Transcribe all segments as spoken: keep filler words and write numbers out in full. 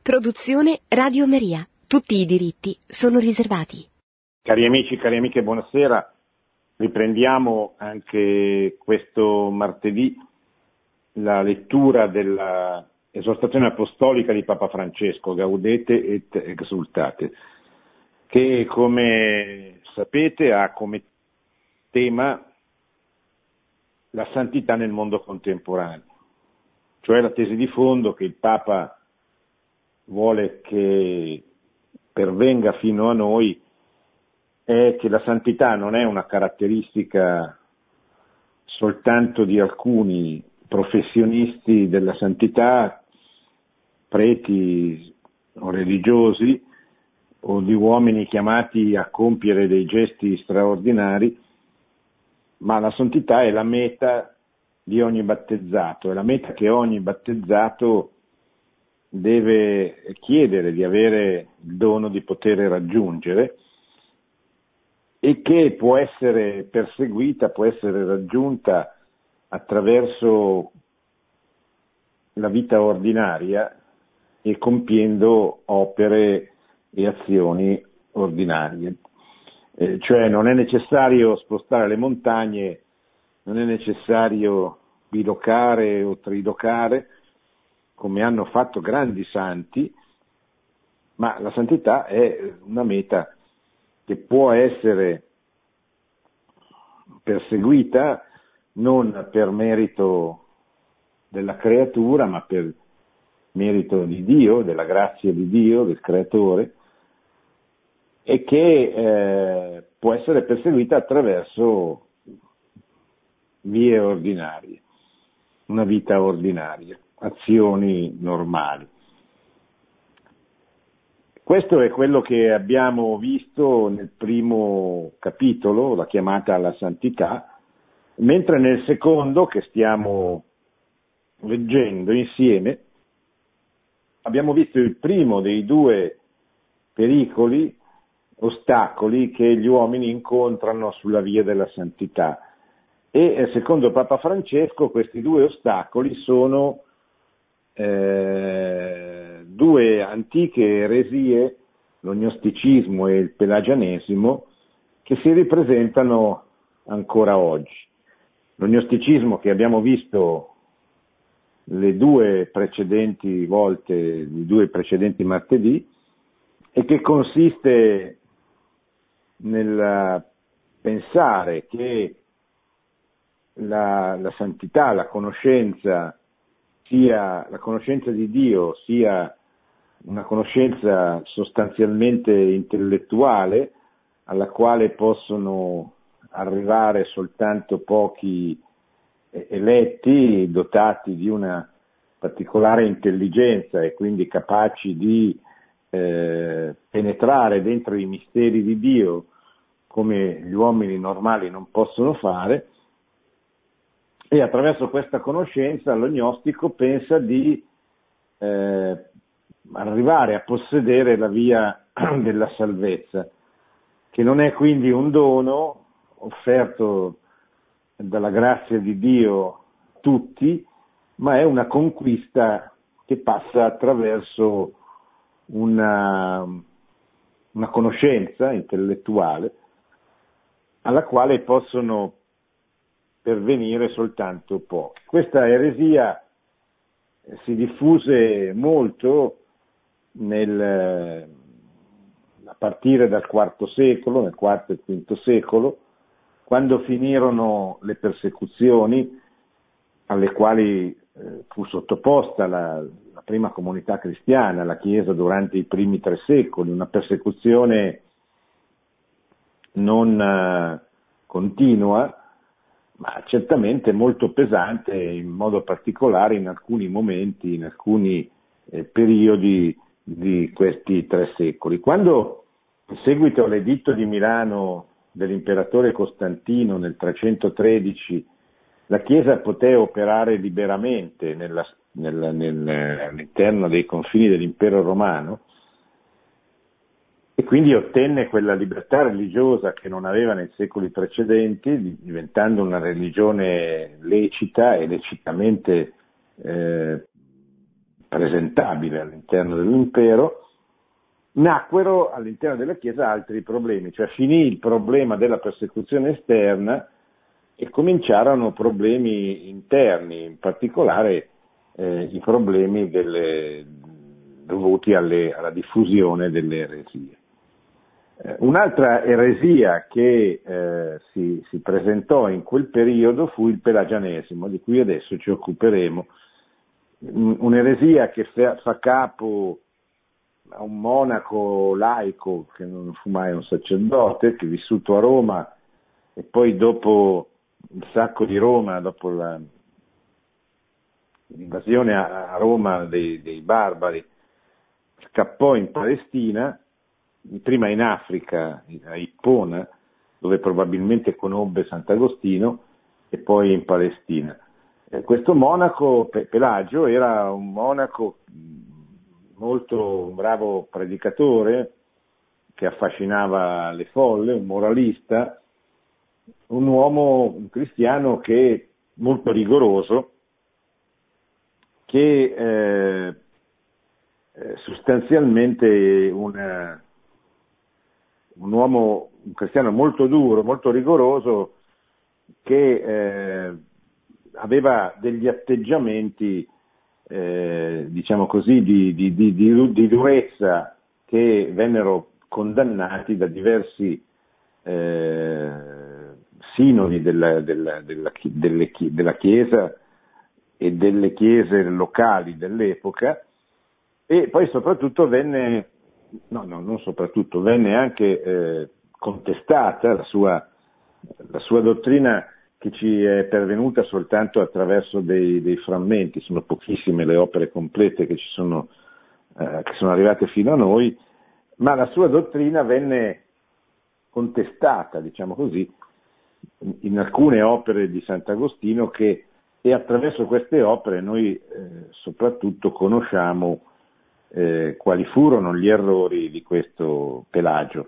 Produzione Radio Maria. Tutti i diritti sono riservati. Cari amici, cari amiche, buonasera. Riprendiamo anche questo martedì la lettura della esortazione apostolica di Papa Francesco, Gaudete et Exsultate, che, come sapete, ha come tema la santità nel mondo contemporaneo, cioè la tesi di fondo che il Papa vuole che pervenga fino a noi è che la santità non è una caratteristica soltanto di alcuni professionisti della santità, preti o religiosi, o di uomini chiamati a compiere dei gesti straordinari, ma la santità è la meta di ogni battezzato, è la meta che ogni battezzato deve chiedere di avere il dono di poter raggiungere e che può essere perseguita, può essere raggiunta attraverso la vita ordinaria e compiendo opere e azioni ordinarie. Eh, cioè non è necessario spostare le montagne, non è necessario bilocare o trilocare, come hanno fatto grandi santi, ma la santità è una meta che può essere perseguita non per merito della creatura, ma per merito di Dio, della grazia di Dio, del Creatore, e che eh, può essere perseguita attraverso vie ordinarie, una vita ordinaria, azioni normali. Questo è quello che abbiamo visto nel primo capitolo, la chiamata alla santità, mentre nel secondo, che stiamo leggendo insieme, abbiamo visto il primo dei due pericoli, ostacoli che gli uomini incontrano sulla via della santità. E secondo Papa Francesco questi due ostacoli sono eh, due antiche eresie, lo gnosticismo e il pelagianesimo, che si ripresentano ancora oggi. Lo gnosticismo, che abbiamo visto le due precedenti volte, i due precedenti martedì, e che consiste nel pensare che la, la santità, la conoscenza, sia la conoscenza di Dio, sia una conoscenza sostanzialmente intellettuale, alla quale possono arrivare soltanto pochi eletti, dotati di una particolare intelligenza e quindi capaci di eh, penetrare dentro i misteri di Dio come gli uomini normali non possono fare. E attraverso questa conoscenza lo gnostico pensa di eh, arrivare a possedere la via della salvezza, che non è quindi un dono offerto dalla grazia di Dio a tutti, ma è una conquista che passa attraverso una, una conoscenza intellettuale alla quale possono pervenire soltanto pochi. Questa eresia si diffuse molto nel, a partire dal quarto secolo, nel quarto e quinto secolo, quando finirono le persecuzioni alle quali eh, fu sottoposta la, la prima comunità cristiana, la Chiesa, durante i primi tre secoli, una persecuzione non eh, continua, ma certamente molto pesante, in modo particolare in alcuni momenti, in alcuni eh, periodi di questi tre secoli. Quando, in seguito all'editto di Milano dell'imperatore Costantino nel trecentotredici, la Chiesa poté operare liberamente nella, nella, nel, all'interno dei confini dell'impero romano, e quindi ottenne quella libertà religiosa che non aveva nei secoli precedenti, diventando una religione lecita e lecitamente eh, presentabile all'interno dell'impero, nacquero all'interno della Chiesa altri problemi, cioè finì il problema della persecuzione esterna e cominciarono problemi interni, in particolare eh, i problemi delle, dovuti alle, alla diffusione delle eresie. Eh, un'altra eresia che eh, si, si presentò in quel periodo fu il pelagianesimo, di cui adesso ci occuperemo. Un'eresia che fa, fa capo a un monaco laico che non fu mai un sacerdote, che è vissuto a Roma e poi dopo il sacco di Roma, dopo la, l'invasione a, a Roma dei, dei barbari, scappò in Palestina, prima in Africa, a Ippona, dove probabilmente conobbe Sant'Agostino, e poi in Palestina. Eh, questo monaco, Pelagio, era un monaco molto un bravo predicatore, che affascinava le folle, un moralista, un uomo, un cristiano che molto rigoroso, che eh, eh, sostanzialmente un, un uomo, un cristiano molto duro, molto rigoroso, che eh, aveva degli atteggiamenti, eh, diciamo così, di, di, di, di, di durezza, che vennero condannati da diversi eh, sinodi della, della, della, delle, della Chiesa e delle chiese locali dell'epoca, e poi soprattutto venne, no, no, non soprattutto, venne anche eh, contestata la sua, la sua dottrina, che ci è pervenuta soltanto attraverso dei, dei frammenti. Sono pochissime le opere complete che ci sono, eh, che sono arrivate fino a noi, ma la sua dottrina venne contestata, diciamo così, in alcune opere di Sant'Agostino, che, e attraverso queste opere noi eh, soprattutto conosciamo eh, quali furono gli errori di questo Pelagio.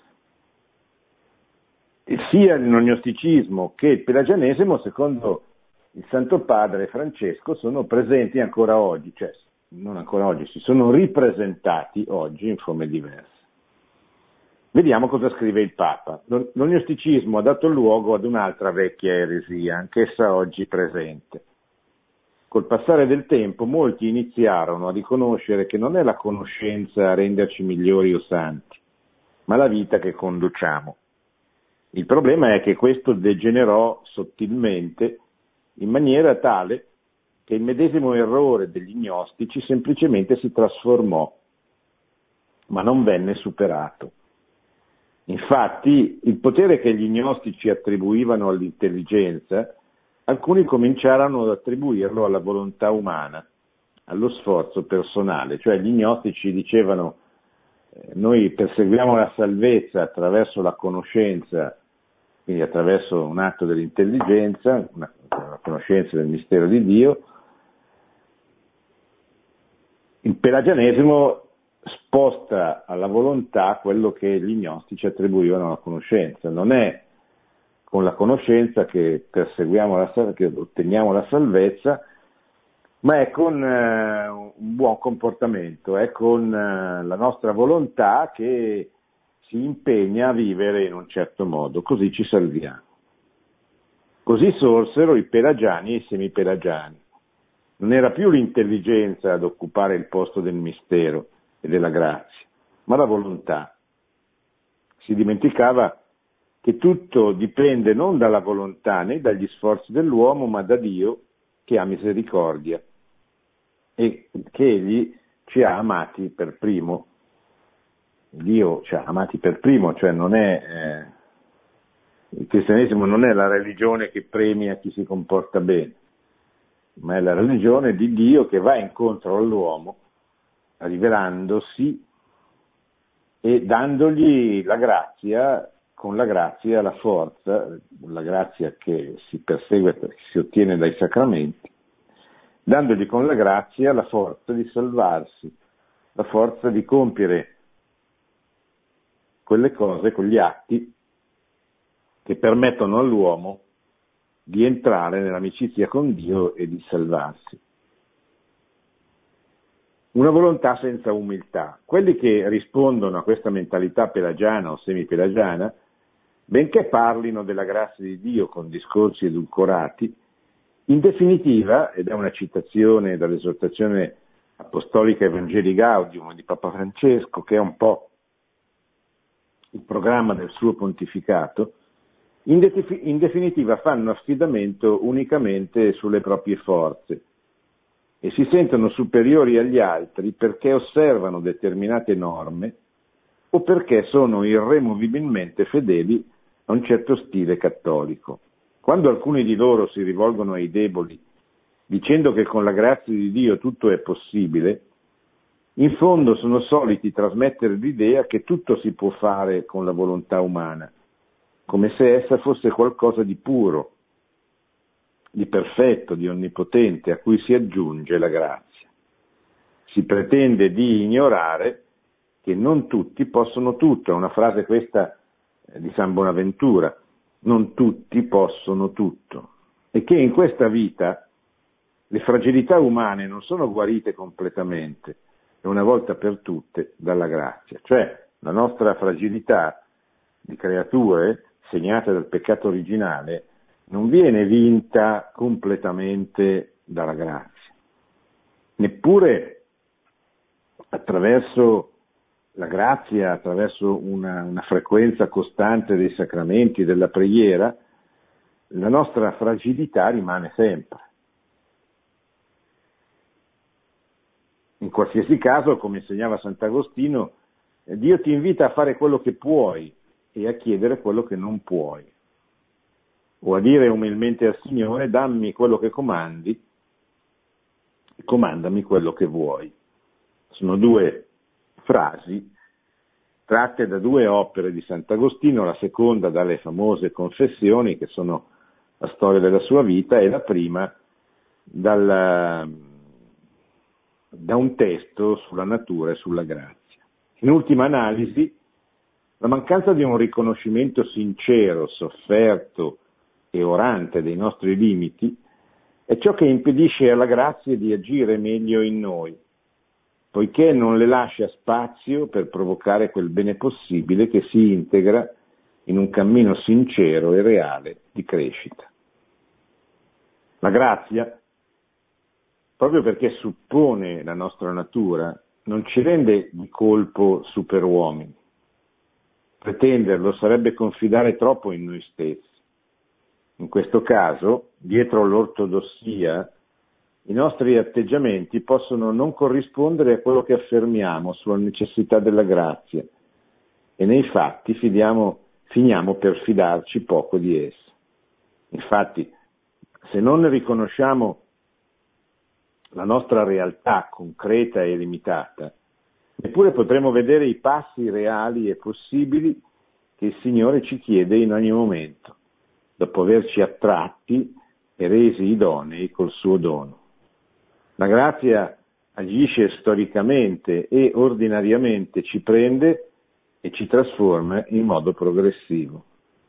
Sia il gnosticismo che il pelagianesimo, secondo il Santo Padre Francesco, sono presenti ancora oggi, cioè non ancora oggi, si sono ripresentati oggi in forme diverse. Vediamo cosa scrive il Papa. Lo gnosticismo ha dato luogo ad un'altra vecchia eresia, anch'essa oggi presente. Col passare del tempo molti iniziarono a riconoscere che non è la conoscenza a renderci migliori o santi, ma la vita che conduciamo. Il problema è che questo degenerò sottilmente in maniera tale che il medesimo errore degli gnostici semplicemente si trasformò, ma non venne superato. Infatti, il potere che gli gnostici attribuivano all'intelligenza, alcuni cominciarono ad attribuirlo alla volontà umana, allo sforzo personale, cioè gli gnostici dicevano eh, noi perseguiamo la salvezza attraverso la conoscenza, quindi attraverso un atto dell'intelligenza, una, una conoscenza del mistero di Dio. Il pelagianesimo sposta alla volontà quello che gli gnostici attribuivano alla conoscenza. Non è con la conoscenza che perseguiamo la, che otteniamo la salvezza, ma è con eh, un buon comportamento, è con eh, la nostra volontà che si impegna a vivere in un certo modo, così ci salviamo. Così sorsero i pelagiani e i semipelagiani. Non era più l'intelligenza ad occupare il posto del mistero e della grazia, ma la volontà. Si dimenticava che tutto dipende non dalla volontà né dagli sforzi dell'uomo, ma da Dio, che ha misericordia e che Egli ci ha amati per primo. Dio ci ha amati per primo, cioè non è eh, il cristianesimo non è la religione che premia chi si comporta bene, ma è la religione di Dio che va incontro all'uomo, rivelandosi e dandogli la grazia, con la grazia la forza, la grazia che si persegue, che si ottiene dai sacramenti, dandogli con la grazia la forza di salvarsi, la forza di compiere quelle cose, quegli atti che permettono all'uomo di entrare nell'amicizia con Dio e di salvarsi. una volontà senza umiltà. Quelli che rispondono a questa mentalità pelagiana o semipelagiana, benché parlino della grazia di Dio con discorsi edulcorati, in definitiva, ed è una citazione dall'esortazione apostolica Evangelii Gaudium di Papa Francesco, che è un po' il programma del suo pontificato, in, de- in definitiva fanno affidamento unicamente sulle proprie forze e si sentono superiori agli altri perché osservano determinate norme o perché sono irremovibilmente fedeli a un certo stile cattolico. Quando alcuni di loro si rivolgono ai deboli dicendo che con la grazia di Dio tutto è possibile, in fondo sono soliti trasmettere l'idea che tutto si può fare con la volontà umana, come se essa fosse qualcosa di puro, di perfetto, di onnipotente, a cui si aggiunge la grazia. Si pretende di ignorare che non tutti possono tutto, è una frase questa di San Bonaventura, non tutti possono tutto, e che in questa vita le fragilità umane non sono guarite completamente, e una volta per tutte, dalla grazia. Cioè, la nostra fragilità di creature, segnata dal peccato originale, non viene vinta completamente dalla grazia, neppure attraverso la grazia, attraverso una, una frequenza costante dei sacramenti, della preghiera. La nostra fragilità rimane sempre. In qualsiasi caso, come insegnava Sant'Agostino, Dio ti invita a fare quello che puoi e a chiedere quello che non puoi, o a dire umilmente al Signore: dammi quello che comandi, comandami quello che vuoi. Sono due frasi tratte da due opere di Sant'Agostino, la seconda dalle famose Confessioni, che sono la storia della sua vita, e la prima dal, da un testo sulla natura e sulla grazia. In ultima analisi, la mancanza di un riconoscimento sincero, sofferto e orante dei nostri limiti è ciò che impedisce alla grazia di agire meglio in noi, poiché non le lascia spazio per provocare quel bene possibile che si integra in un cammino sincero e reale di crescita. La grazia, proprio perché suppone la nostra natura, non ci rende di colpo superuomini. Pretenderlo sarebbe confidare troppo in noi stessi. In questo caso, dietro l'ortodossia, i nostri atteggiamenti possono non corrispondere a quello che affermiamo sulla necessità della grazia e nei fatti fidiamo, finiamo per fidarci poco di essa. Infatti, se non riconosciamo la nostra realtà concreta e limitata, neppure potremo vedere i passi reali e possibili che il Signore ci chiede in ogni momento, dopo averci attratti e resi idonei col suo dono. La grazia agisce storicamente e ordinariamente ci prende e ci trasforma in modo progressivo.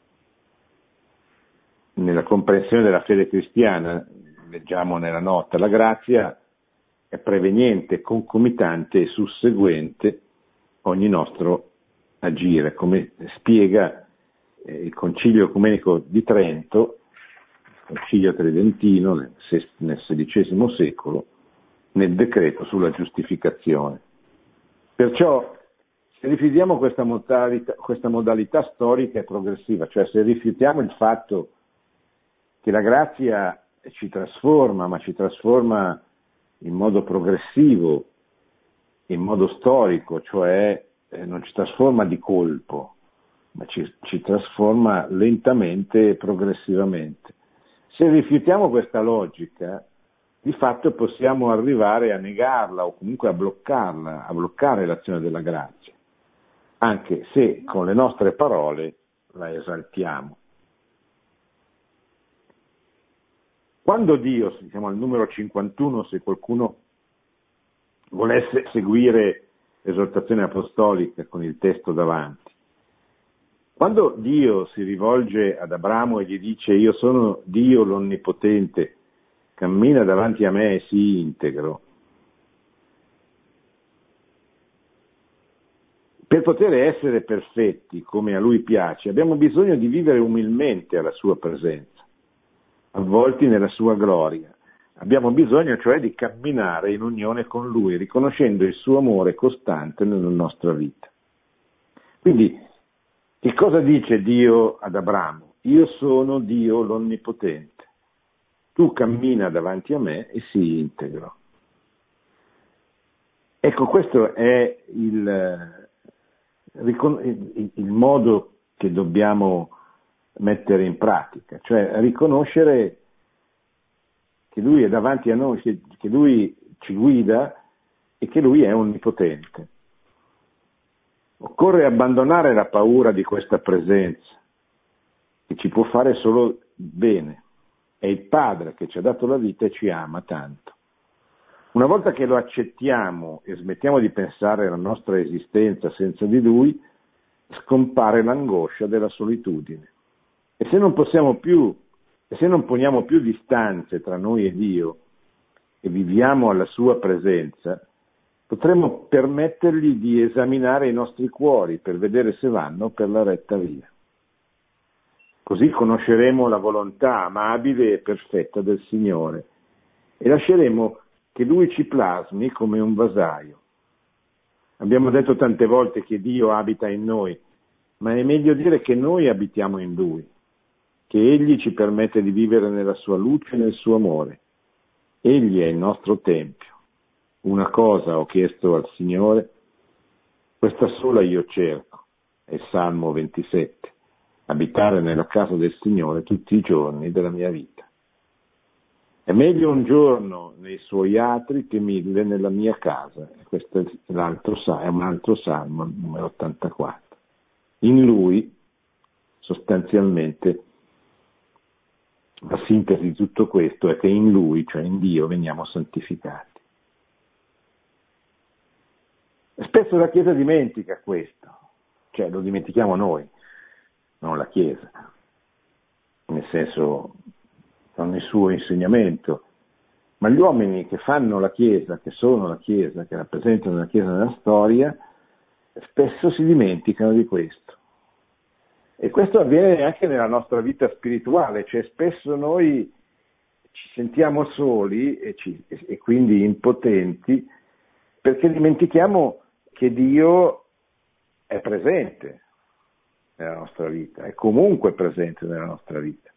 Nella comprensione della fede cristiana, leggiamo nella nota, la grazia è preveniente, concomitante e susseguente ogni nostro agire, come spiega il Concilio Ecumenico di Trento, il Concilio Tridentino nel sedicesimo secolo, nel decreto sulla giustificazione. Perciò, se rifiutiamo questa modalità, questa modalità storica e progressiva, cioè se rifiutiamo il fatto che la grazia ci trasforma, ma ci trasforma in modo progressivo, in modo storico, cioè eh, non ci trasforma di colpo, ma ci, ci trasforma lentamente e progressivamente. Se rifiutiamo questa logica, di fatto possiamo arrivare a negarla o comunque a bloccarla, a bloccare l'azione della grazia, anche se con le nostre parole la esaltiamo. Quando Dio, siamo al numero cinquantuno, se qualcuno volesse seguire l'esortazione apostolica con il testo davanti, quando Dio si rivolge ad Abramo e gli dice: io sono Dio l'Onnipotente, cammina davanti a me e sii integro, Per poter essere perfetti come a Lui piace, abbiamo bisogno di vivere umilmente alla Sua presenza, avvolti nella Sua gloria. Abbiamo bisogno cioè di camminare in unione con Lui, riconoscendo il Suo amore costante nella nostra vita. Quindi, che cosa dice Dio ad Abramo? Io sono Dio l'Onnipotente. Tu cammina davanti a me e sii integro. Ecco, questo è il, il, il modo che dobbiamo mettere in pratica, cioè riconoscere che Lui è davanti a noi, che, che Lui ci guida e che Lui è onnipotente. Occorre abbandonare la paura di questa presenza, che ci può fare solo bene. È il Padre che ci ha dato la vita e ci ama tanto. Una volta che lo accettiamo e smettiamo di pensare alla nostra esistenza senza di Lui, scompare l'angoscia della solitudine. E se non possiamo più, e se non poniamo più distanze tra noi e Dio e viviamo alla Sua presenza, potremo permettergli di esaminare i nostri cuori per vedere se vanno per la retta via. Così conosceremo la volontà amabile e perfetta del Signore e lasceremo che Lui ci plasmi come un vasaio. Abbiamo detto tante volte che Dio abita in noi, ma è meglio dire che noi abitiamo in Lui, che Egli ci permette di vivere nella Sua luce e nel Suo amore. Egli è il nostro Tempio. Una cosa ho chiesto al Signore, questa sola io cerco, è il Salmo ventisette, abitare nella casa del Signore tutti i giorni della mia vita. È meglio un giorno nei Suoi atri che mille nella mia casa. Questo è, l'altro, è un altro Salmo, numero ottantaquattro. In Lui, sostanzialmente, la sintesi di tutto questo è che in Lui, cioè in Dio, veniamo santificati. Spesso la Chiesa dimentica questo, cioè lo dimentichiamo noi, non la Chiesa, nel senso, non il suo insegnamento, ma gli uomini che fanno la Chiesa, che sono la Chiesa, che rappresentano la Chiesa nella storia, spesso si dimenticano di questo. E questo avviene anche nella nostra vita spirituale, cioè spesso noi ci sentiamo soli e, ci, e quindi impotenti perché dimentichiamo che Dio è presente nella nostra vita, è comunque presente nella nostra vita.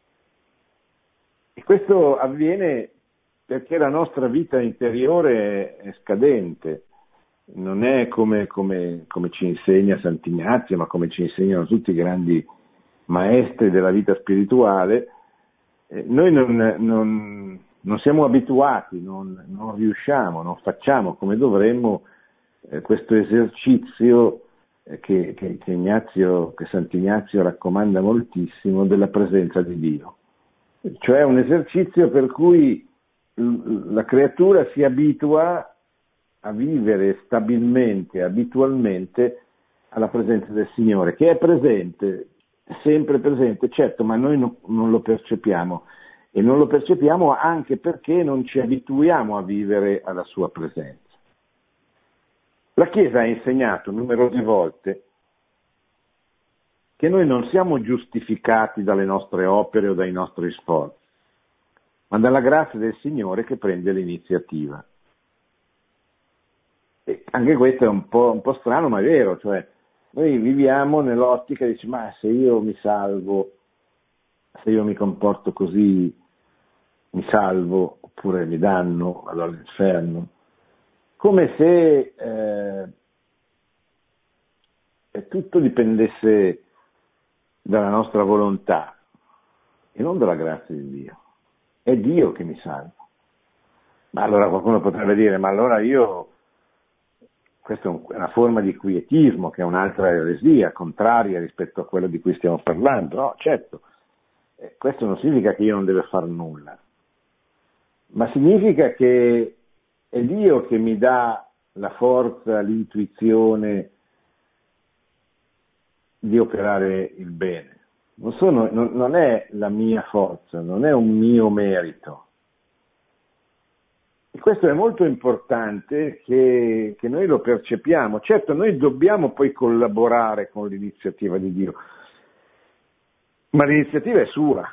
E questo avviene perché la nostra vita interiore è scadente, non è come, come, come ci insegna Sant'Ignazio, ma come ci insegnano tutti i grandi maestri della vita spirituale. Eh, noi non, non, non siamo abituati, non, non riusciamo, non facciamo come dovremmo eh, questo esercizio eh, che, che, che, Ignazio, che Sant'Ignazio raccomanda moltissimo della presenza di Dio. Cioè un esercizio per cui la creatura si abitua a vivere stabilmente, abitualmente alla presenza del Signore, che è presente, sempre presente, certo, ma noi no, non lo percepiamo e non lo percepiamo anche perché non ci abituiamo a vivere alla sua presenza. La Chiesa ha insegnato numerose volte che noi non siamo giustificati dalle nostre opere o dai nostri sforzi, ma dalla grazia del Signore che prende l'iniziativa. E anche questo è un po', un po' strano, ma è vero, cioè noi viviamo nell'ottica di dire, ma se io mi salvo, se io mi comporto così, mi salvo, oppure mi danno, vado all'inferno, come se eh, tutto dipendesse dalla nostra volontà e non dalla grazia di Dio. È Dio che mi salva. Ma allora qualcuno potrebbe dire, ma allora io, questa è una forma di quietismo che è un'altra eresia, contraria rispetto a quello di cui stiamo parlando. No, certo, eh, questo non significa che io non devo fare nulla, ma significa che è Dio che mi dà la forza, l'intuizione di operare il bene. Non, sono, non, non è la mia forza, non è un mio merito. E questo è molto importante che, che noi lo percepiamo. Certo, noi dobbiamo poi collaborare con l'iniziativa di Dio, ma l'iniziativa è sua.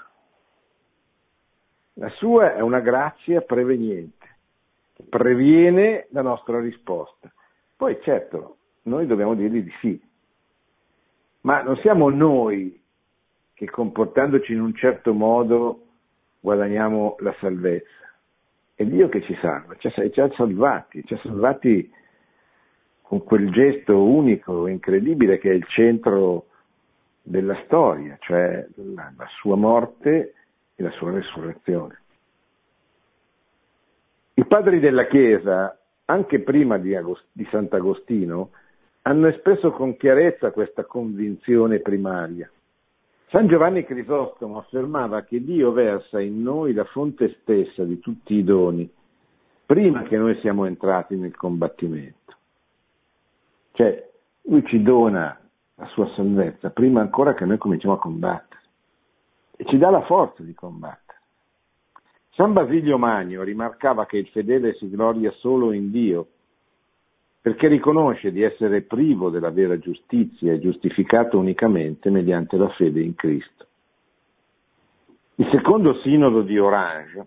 La sua è una grazia preveniente, che previene la nostra risposta. Poi certo, noi dobbiamo dirgli di sì, ma non siamo noi che comportandoci in un certo modo guadagniamo la salvezza. È Dio che ci salva, ci ha, ci ha salvati, ci ha salvati con quel gesto unico, incredibile, che è il centro della storia, cioè la, la sua morte e la sua resurrezione. I padri della Chiesa, anche prima di, Agost- di Sant'Agostino, hanno espresso con chiarezza questa convinzione primaria. San Giovanni Crisostomo affermava che Dio versa in noi la fonte stessa di tutti i doni, prima che noi siamo entrati nel combattimento. Cioè, Lui ci dona la sua salvezza prima ancora che noi cominciamo a combattere e ci dà la forza di combattere. San Basilio Magno rimarcava che il fedele si gloria solo in Dio perché riconosce di essere privo della vera giustizia e giustificato unicamente mediante la fede in Cristo. Il secondo sinodo di Orange,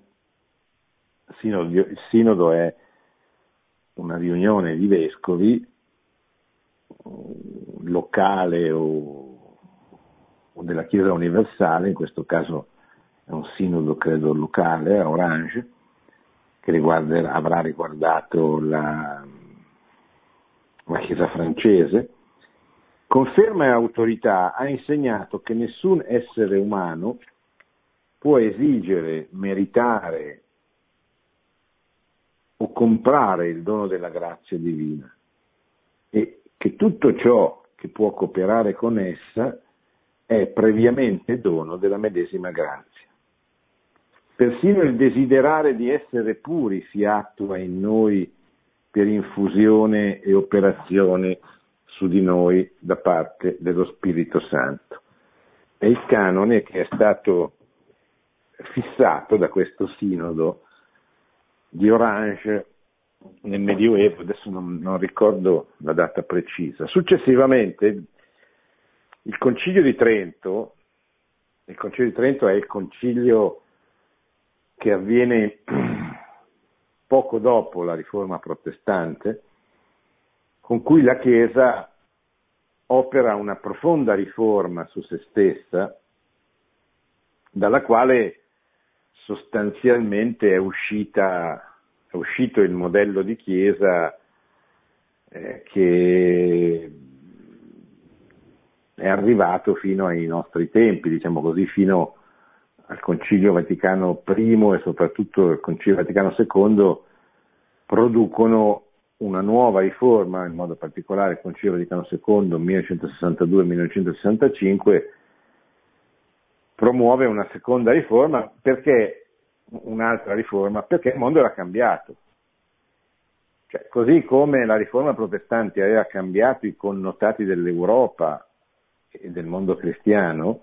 il sinodo è una riunione di vescovi locale o, o della Chiesa universale, in questo caso è un sinodo credo locale a Orange, che riguarda, avrà riguardato la, la Chiesa francese, con ferma autorità ha insegnato che nessun essere umano può esigere, meritare o comprare il dono della grazia divina e che tutto ciò che può cooperare con essa è previamente dono della medesima grazia. Persino il desiderare di essere puri si attua in noi per infusione e operazione su di noi da parte dello Spirito Santo. È il canone che è stato fissato da questo sinodo di Orange nel Medioevo, adesso non, non ricordo la data precisa. Successivamente il Concilio di Trento, il Concilio di Trento è il concilio che avviene poco dopo la riforma protestante, con cui la Chiesa opera una profonda riforma su se stessa, dalla quale sostanzialmente è uscita, è uscito il modello di Chiesa eh, che è arrivato fino ai nostri tempi, diciamo così, fino al Concilio Vaticano primo e soprattutto il Concilio Vaticano secondo producono una nuova riforma, in modo particolare il Concilio Vaticano secondo millenovecentosessantadue millenovecentosessantacinque promuove una seconda riforma, perché un'altra riforma, perché il mondo era cambiato. Cioè, così come la riforma protestante aveva cambiato i connotati dell'Europa e del mondo cristiano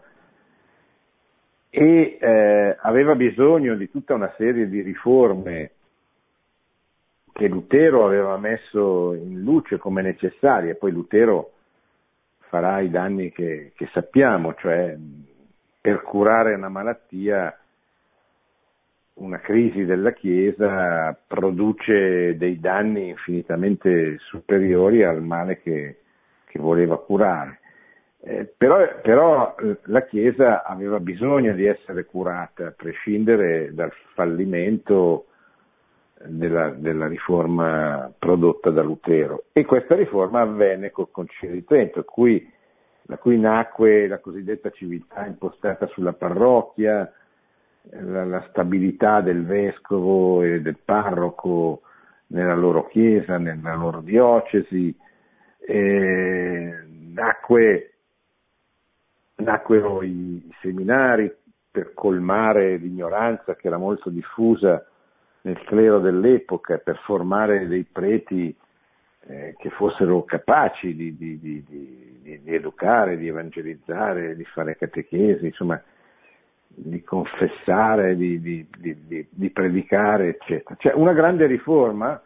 e eh, aveva bisogno di tutta una serie di riforme che Lutero aveva messo in luce come necessarie, poi Lutero farà i danni che, che sappiamo, cioè per curare una malattia, una crisi della Chiesa produce dei danni infinitamente superiori al male che, che voleva curare. Eh, però, però la Chiesa aveva bisogno di essere curata, a prescindere dal fallimento della, della riforma prodotta da Lutero. E questa riforma avvenne col Concilio di Trento, cui, da cui nacque la cosiddetta civiltà impostata sulla parrocchia, la, la stabilità del vescovo e del parroco nella loro chiesa, nella loro diocesi. E nacque Nacquero i, i seminari per colmare l'ignoranza che era molto diffusa nel clero dell'epoca, per formare dei preti eh, che fossero capaci di, di, di, di, di educare, di evangelizzare, di fare catechesi, insomma, di confessare, di, di, di, di, di predicare, eccetera. Cioè una grande riforma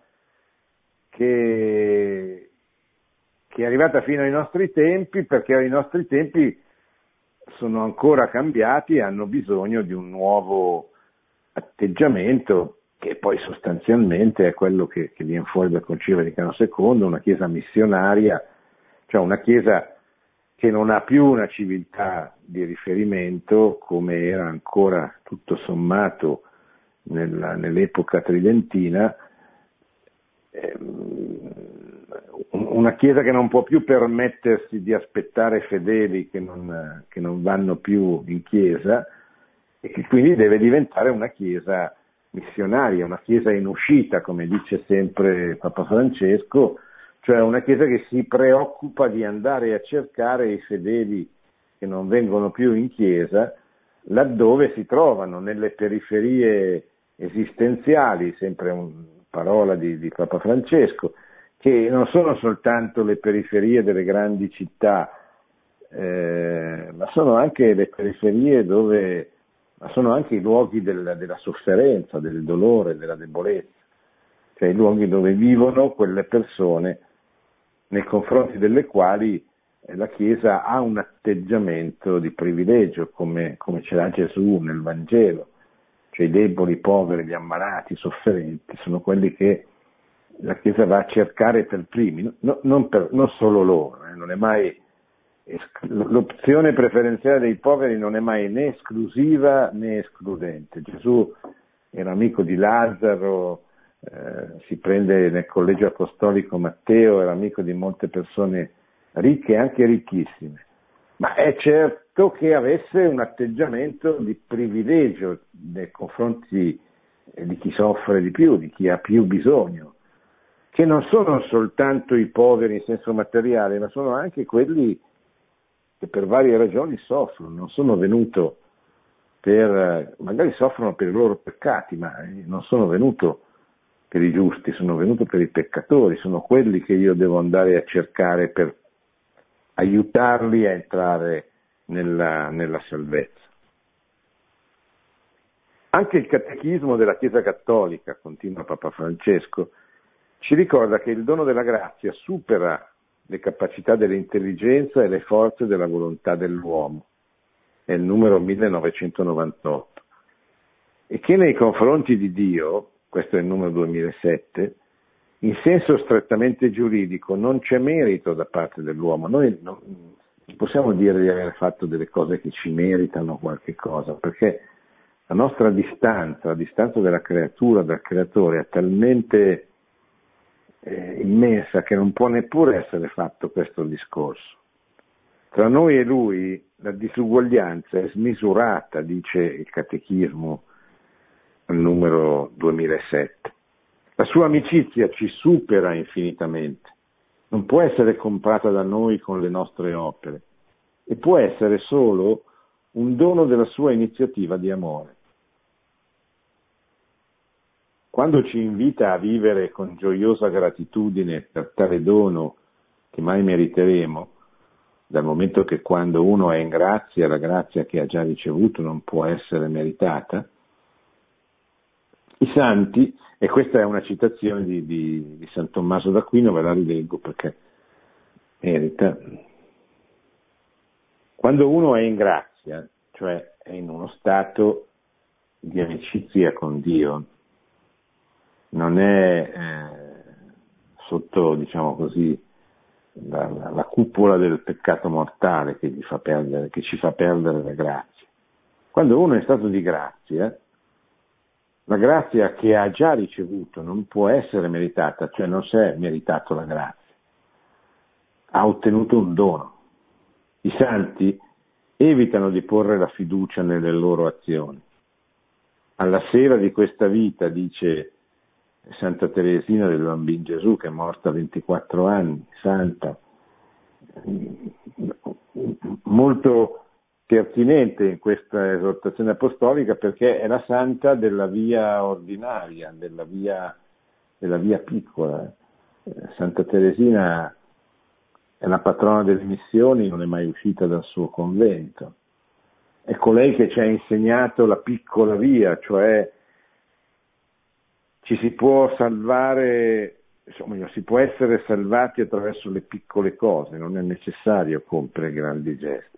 che, che è arrivata fino ai nostri tempi, perché i nostri tempi sono ancora cambiati e hanno bisogno di un nuovo atteggiamento, che poi sostanzialmente è quello che, che viene fuori dal Concilio Vaticano secondo, una Chiesa missionaria, cioè una Chiesa che non ha più una civiltà di riferimento come era ancora tutto sommato nella, nell'epoca tridentina, ehm, una Chiesa che non può più permettersi di aspettare fedeli che non, che non vanno più in Chiesa, e che quindi deve diventare una Chiesa missionaria, una Chiesa in uscita, come dice sempre Papa Francesco, cioè una Chiesa che si preoccupa di andare a cercare i fedeli che non vengono più in Chiesa laddove si trovano, nelle periferie esistenziali, sempre una parola di, di Papa Francesco, che non sono soltanto le periferie delle grandi città, eh, ma sono anche le periferie dove, ma sono anche i luoghi del, della sofferenza, del dolore, della debolezza, cioè i luoghi dove vivono quelle persone nei confronti delle quali la Chiesa ha un atteggiamento di privilegio, come, come ce l'ha Gesù nel Vangelo, cioè i deboli, i poveri, gli ammalati, i sofferenti, sono quelli che la Chiesa va a cercare per primi, no, non, per, non solo loro, eh, non è mai, l'opzione preferenziale dei poveri non è mai né esclusiva né escludente. Gesù era amico di Lazzaro, eh, si prende nel collegio apostolico Matteo, era amico di molte persone ricche e anche ricchissime, ma è certo che avesse un atteggiamento di privilegio nei confronti di chi soffre di più, di chi ha più bisogno, che non sono soltanto i poveri in senso materiale, ma sono anche quelli che per varie ragioni soffrono, non sono venuto per, magari soffrono per i loro peccati, ma non sono venuto per i giusti, sono venuto per i peccatori, sono quelli che io devo andare a cercare per aiutarli a entrare nella, nella salvezza. Anche il catechismo della Chiesa Cattolica, continua Papa Francesco, ci ricorda che il dono della grazia supera le capacità dell'intelligenza e le forze della volontà dell'uomo, è il numero millenovecentonovantotto, e che nei confronti di Dio, questo è il numero duemilasette, in senso strettamente giuridico non c'è merito da parte dell'uomo. Noi non possiamo dire di aver fatto delle cose che ci meritano qualche cosa, perché la nostra distanza, la distanza della creatura dal creatore è talmente eh, immensa che non può neppure essere fatto questo discorso. Tra noi e lui la disuguaglianza è smisurata, dice il catechismo al numero duemilasette. La sua amicizia ci supera infinitamente, non può essere comprata da noi con le nostre opere e può essere solo un dono della sua iniziativa di amore. Quando ci invita a vivere con gioiosa gratitudine per tale dono che mai meriteremo, dal momento che quando uno è in grazia, la grazia che ha già ricevuto non può essere meritata, i santi, e questa è una citazione di, di, di San Tommaso d'Aquino, ve la rileggo perché merita. Quando uno è in grazia, cioè è in uno stato di amicizia con Dio, non è eh, sotto, diciamo così, la, la, la cupola del peccato mortale che, gli fa perdere, che ci fa perdere la grazia. Quando uno è in stato di grazia, la grazia che ha già ricevuto non può essere meritata, cioè non si è meritato la grazia, ha ottenuto un dono. I santi evitano di porre la fiducia nelle loro azioni. Alla sera di questa vita, dice Santa Teresina del Bambino Gesù, che è morta a ventiquattro anni, santa, molto pertinente in questa esortazione apostolica, perché è la santa della via ordinaria, della via, della via piccola. Santa Teresina è la patrona delle missioni, non è mai uscita dal suo convento, è colei che ci ha insegnato la piccola via, cioè ci si può salvare, insomma, si può essere salvati attraverso le piccole cose, non è necessario compiere grandi gesti.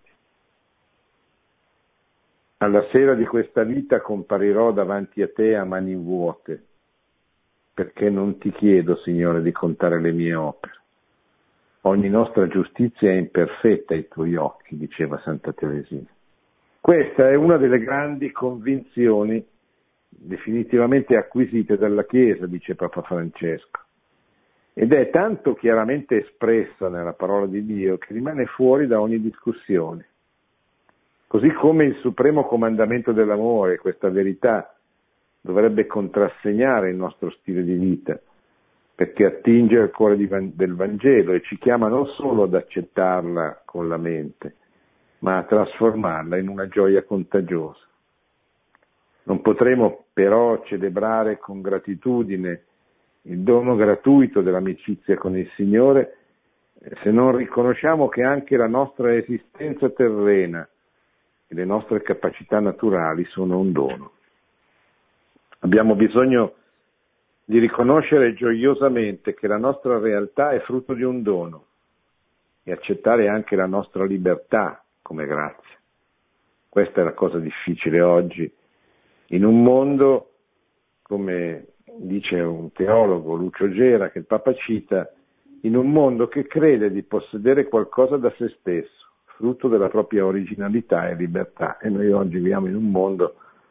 Alla sera di questa vita comparirò davanti a te a mani vuote, perché non ti chiedo, Signore, di contare le mie opere. Ogni nostra giustizia è imperfetta ai tuoi occhi, diceva Santa Teresina. Questa è una delle grandi convinzioni definitivamente acquisite dalla Chiesa, dice Papa Francesco, ed è tanto chiaramente espressa nella parola di Dio che rimane fuori da ogni discussione. Così come il supremo comandamento dell'amore, questa verità, dovrebbe contrassegnare il nostro stile di vita, perché attinge al cuore del Vangelo e ci chiama non solo ad accettarla con la mente, ma a trasformarla in una gioia contagiosa. Non potremo però celebrare con gratitudine il dono gratuito dell'amicizia con il Signore se non riconosciamo che anche la nostra esistenza terrena e le nostre capacità naturali sono un dono. Abbiamo bisogno di riconoscere gioiosamente che la nostra realtà è frutto di un dono e accettare anche la nostra libertà come grazia. Questa è la cosa difficile oggi, in un mondo, come dice un teologo, Lucio Gera, che il Papa cita, in un mondo che crede di possedere qualcosa da se stesso, frutto della propria originalità e libertà. E noi oggi viviamo in un mondo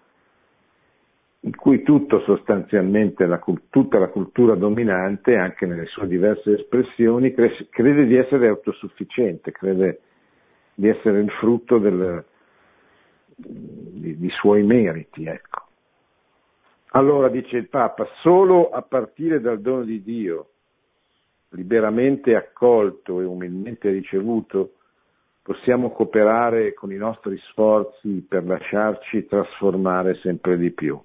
in cui tutto sostanzialmente, la, tutta la cultura dominante, anche nelle sue diverse espressioni, crede di essere autosufficiente, crede di essere il frutto del, di, di suoi meriti, ecco. Allora, dice il Papa, solo a partire dal dono di Dio, liberamente accolto e umilmente ricevuto, possiamo cooperare con i nostri sforzi per lasciarci trasformare sempre di più.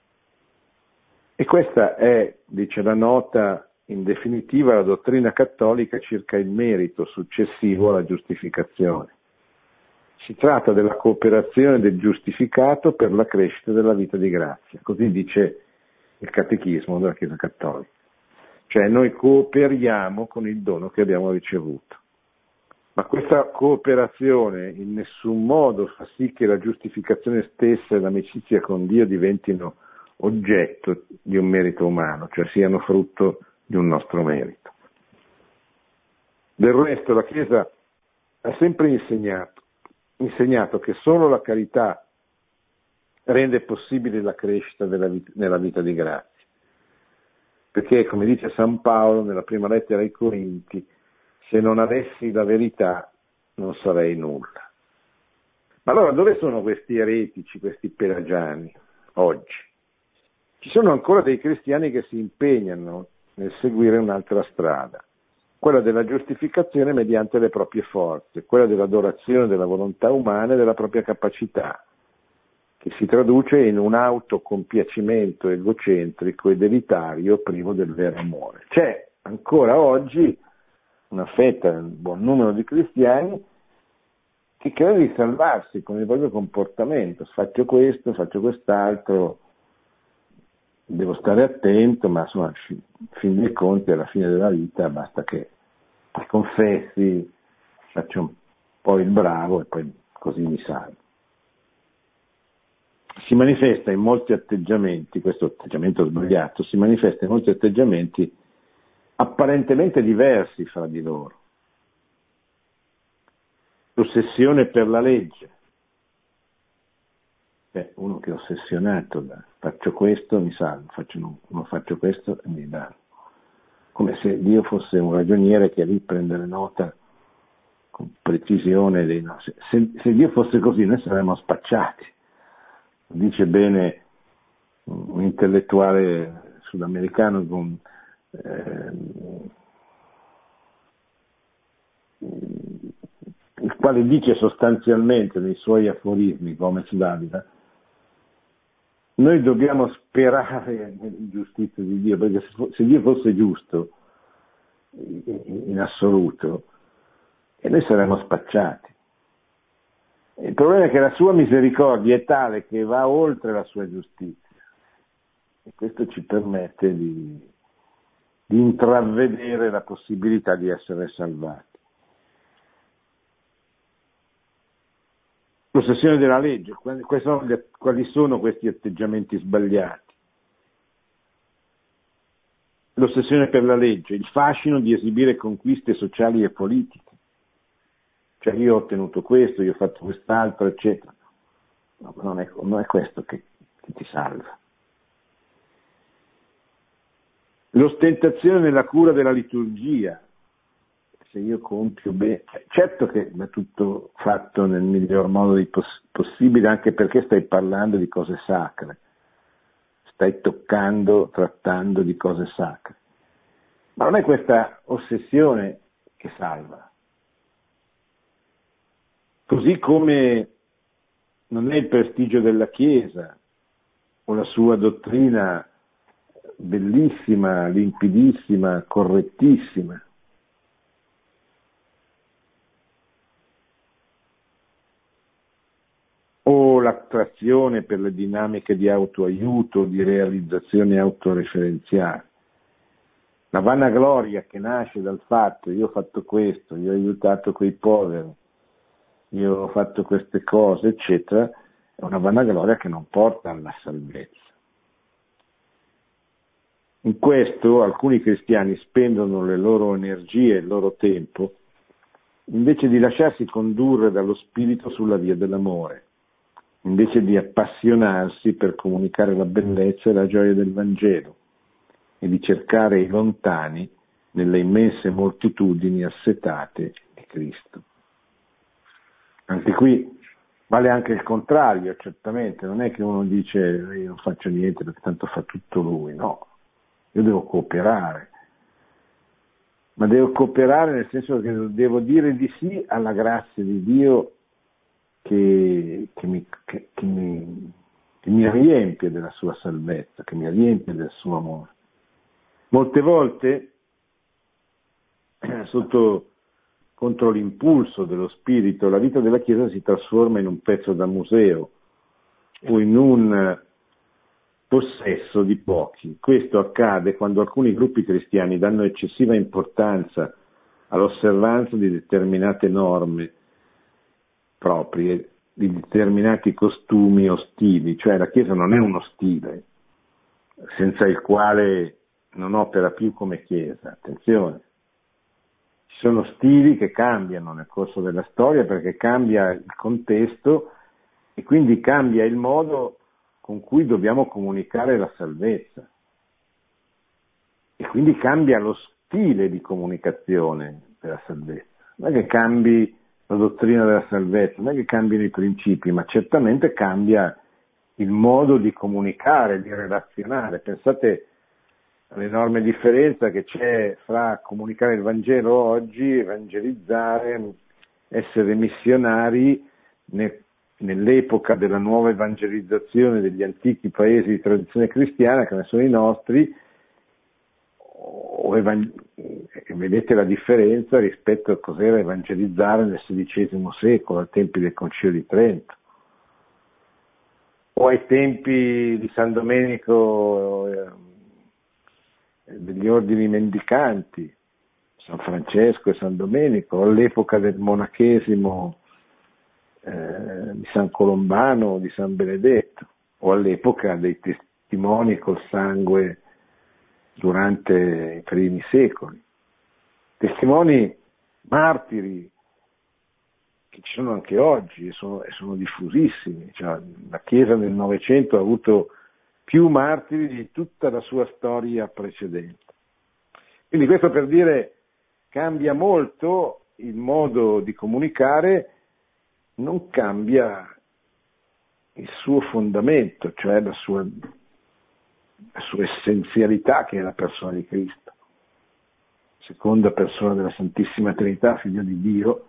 E questa è, dice la nota, in definitiva la dottrina cattolica circa il merito successivo alla giustificazione. Si tratta della cooperazione del giustificato per la crescita della vita di grazia, così dice il Catechismo della Chiesa Cattolica. Cioè noi cooperiamo con il dono che abbiamo ricevuto. Ma questa cooperazione in nessun modo fa sì che la giustificazione stessa e l'amicizia con Dio diventino oggetto di un merito umano, cioè siano frutto di un nostro merito. Del resto la Chiesa ha sempre insegnato, insegnato che solo la carità rende possibile la crescita della vita, nella vita di grazia. Perché, come dice San Paolo nella prima lettera ai Corinti, se non avessi la verità non sarei nulla. Ma allora dove sono questi eretici, questi pelagiani oggi? Ci sono ancora dei cristiani che si impegnano nel seguire un'altra strada, quella della giustificazione mediante le proprie forze, quella dell'adorazione della volontà umana e della propria capacità, che si traduce in un autocompiacimento egocentrico ed elitario privo del vero amore. C'è ancora oggi una fetta, un buon numero di cristiani che crede di salvarsi con il proprio comportamento, faccio questo, faccio quest'altro, devo stare attento, ma insomma, in fin dei conti, alla fine della vita, basta che confessi, faccio un po' il bravo e poi così mi salvo. Si manifesta in molti atteggiamenti, questo atteggiamento sbagliato, si manifesta in molti atteggiamenti apparentemente diversi fra di loro. L'ossessione per la legge. Beh, uno che è ossessionato da faccio questo, mi salvo, faccio, non, non faccio questo e mi danno. Come se Dio fosse un ragioniere che lì prende nota con precisione dei nostri. Se, se Dio fosse così noi saremmo spacciati. Dice bene un intellettuale sudamericano con, eh, il quale dice sostanzialmente nei suoi aforismi, Gomez Davila, noi dobbiamo sperare in giustizia di Dio, perché se Dio fosse giusto in assoluto, e noi saremmo spacciati. Il problema è che la sua misericordia è tale che va oltre la sua giustizia e questo ci permette di, di intravedere la possibilità di essere salvati. L'ossessione della legge, quali sono questi atteggiamenti sbagliati? L'ossessione per la legge, il fascino di esibire conquiste sociali e politiche. Cioè io ho ottenuto questo, io ho fatto quest'altro, eccetera. No, non, è, non è questo che, che ti salva. L'ostentazione nella cura della liturgia. Se io compio bene, certo che è tutto fatto nel miglior modo di poss- possibile, anche perché stai parlando di cose sacre, stai toccando, trattando di cose sacre. Ma non è questa ossessione che salva. Così come non è il prestigio della Chiesa o la sua dottrina bellissima, limpidissima, correttissima. O l'attrazione per le dinamiche di autoaiuto, di realizzazione autoreferenziale. La vanagloria che nasce dal fatto io ho fatto questo, io ho aiutato quei poveri, io ho fatto queste cose, eccetera, è una vanagloria che non porta alla salvezza. In questo alcuni cristiani spendono le loro energie e il loro tempo invece di lasciarsi condurre dallo Spirito sulla via dell'amore, invece di appassionarsi per comunicare la bellezza e la gioia del Vangelo e di cercare i lontani nelle immense moltitudini assetate di Cristo. Anche qui vale anche il contrario, certamente, non è che uno dice io non faccio niente perché tanto fa tutto lui, no, io devo cooperare, ma devo cooperare nel senso che devo dire di sì alla grazia di Dio che, che, mi, che, che, mi, che mi riempie della sua salvezza, che mi riempie del suo amore. Molte volte, sotto contro l'impulso dello spirito, la vita della Chiesa si trasforma in un pezzo da museo o in un possesso di pochi. Questo accade quando alcuni gruppi cristiani danno eccessiva importanza all'osservanza di determinate norme proprie, di determinati costumi o stili, cioè la Chiesa non è uno stile senza il quale non opera più come Chiesa, attenzione. Ci sono stili che cambiano nel corso della storia perché cambia il contesto e quindi cambia il modo con cui dobbiamo comunicare la salvezza. E quindi cambia lo stile di comunicazione della salvezza. Non è che cambi la dottrina della salvezza, non è che cambino i principi, ma certamente cambia il modo di comunicare, di relazionare. Pensate all'enorme differenza che c'è fra comunicare il Vangelo oggi, evangelizzare, essere missionari ne, nell'epoca della nuova evangelizzazione degli antichi paesi di tradizione cristiana, che ne sono i nostri, o evang- vedete la differenza rispetto a cos'era evangelizzare nel sedicesimo secolo, ai tempi del Concilio di Trento, o ai tempi di San Domenico, eh, degli ordini mendicanti, San Francesco e San Domenico, all'epoca del monachesimo eh, di San Colombano, di San Benedetto, o all'epoca dei testimoni col sangue durante i primi secoli. Testimoni martiri che ci sono anche oggi e sono, e sono diffusissimi. Cioè, la Chiesa nel Novecento ha avuto più martiri di tutta la sua storia precedente. Quindi questo per dire cambia molto il modo di comunicare, non cambia il suo fondamento, cioè la sua, la sua essenzialità che è la persona di Cristo, seconda persona della Santissima Trinità, Figlio di Dio.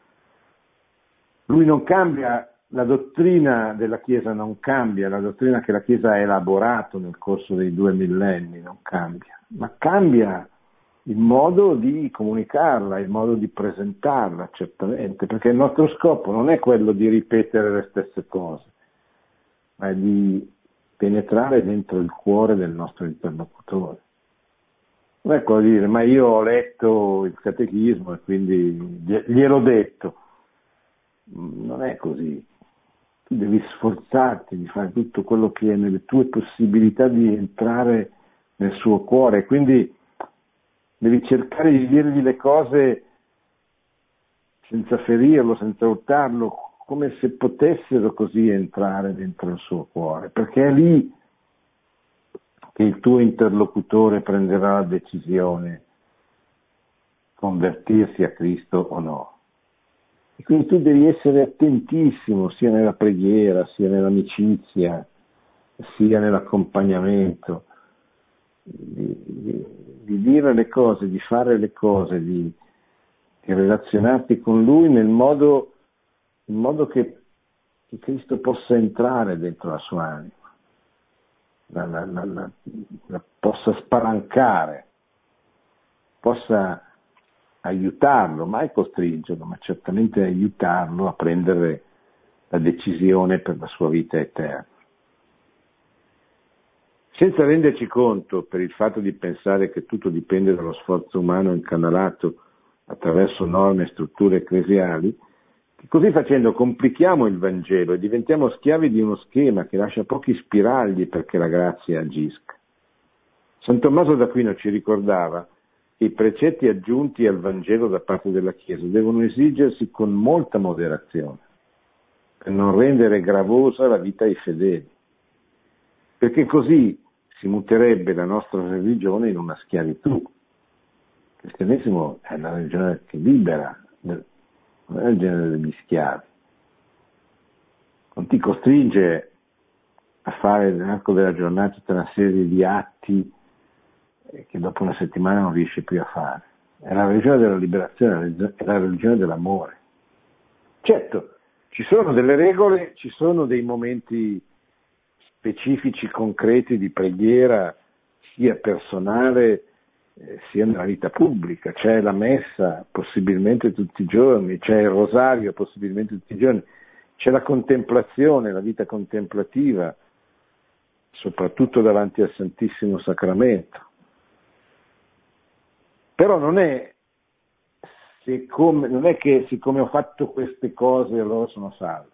Lui non cambia. La dottrina della Chiesa non cambia, la dottrina che la Chiesa ha elaborato nel corso dei due millenni non cambia, ma cambia il modo di comunicarla, il modo di presentarla, certamente, perché il nostro scopo non è quello di ripetere le stesse cose, ma è di penetrare dentro il cuore del nostro interlocutore. Non è quello di dire, ma io ho letto il catechismo e quindi gliel'ho detto. Non è così. Tu devi sforzarti di fare tutto quello che è nelle tue possibilità di entrare nel suo cuore, quindi devi cercare di dirgli le cose senza ferirlo, senza urtarlo, come se potessero così entrare dentro il suo cuore, perché è lì che il tuo interlocutore prenderà la decisione, convertirsi a Cristo o no. E quindi tu devi essere attentissimo sia nella preghiera, sia nell'amicizia, sia nell'accompagnamento, di, di, di dire le cose, di fare le cose, di, di relazionarti con Lui nel modo, in modo che, che Cristo possa entrare dentro la sua anima, la, la, la, la, la possa spalancare, possa aiutarlo, mai costringerlo, ma certamente aiutarlo a prendere la decisione per la sua vita eterna. Senza renderci conto, per il fatto di pensare che tutto dipende dallo sforzo umano incanalato attraverso norme e strutture ecclesiali, che così facendo complichiamo il Vangelo e diventiamo schiavi di uno schema che lascia pochi spiragli perché la grazia agisca. San Tommaso d'Aquino ci ricordava che i precetti aggiunti al Vangelo da parte della Chiesa devono esigersi con molta moderazione, per non rendere gravosa la vita ai fedeli, perché così si muterebbe la nostra religione in una schiavitù. Il cristianesimo è una religione che libera, non è il genere degli schiavi. Non ti costringe a fare nell'arco della giornata tutta una serie di atti che dopo una settimana non riesci più a fare. È la religione della liberazione, è la religione dell'amore. Certo, ci sono delle regole, ci sono dei momenti specifici, concreti di preghiera, sia personale eh, sia nella vita pubblica. C'è la messa possibilmente tutti i giorni, c'è il rosario possibilmente tutti i giorni, c'è la contemplazione, la vita contemplativa, soprattutto davanti al Santissimo Sacramento. Però non è, siccome, non è che siccome ho fatto queste cose allora sono salvo.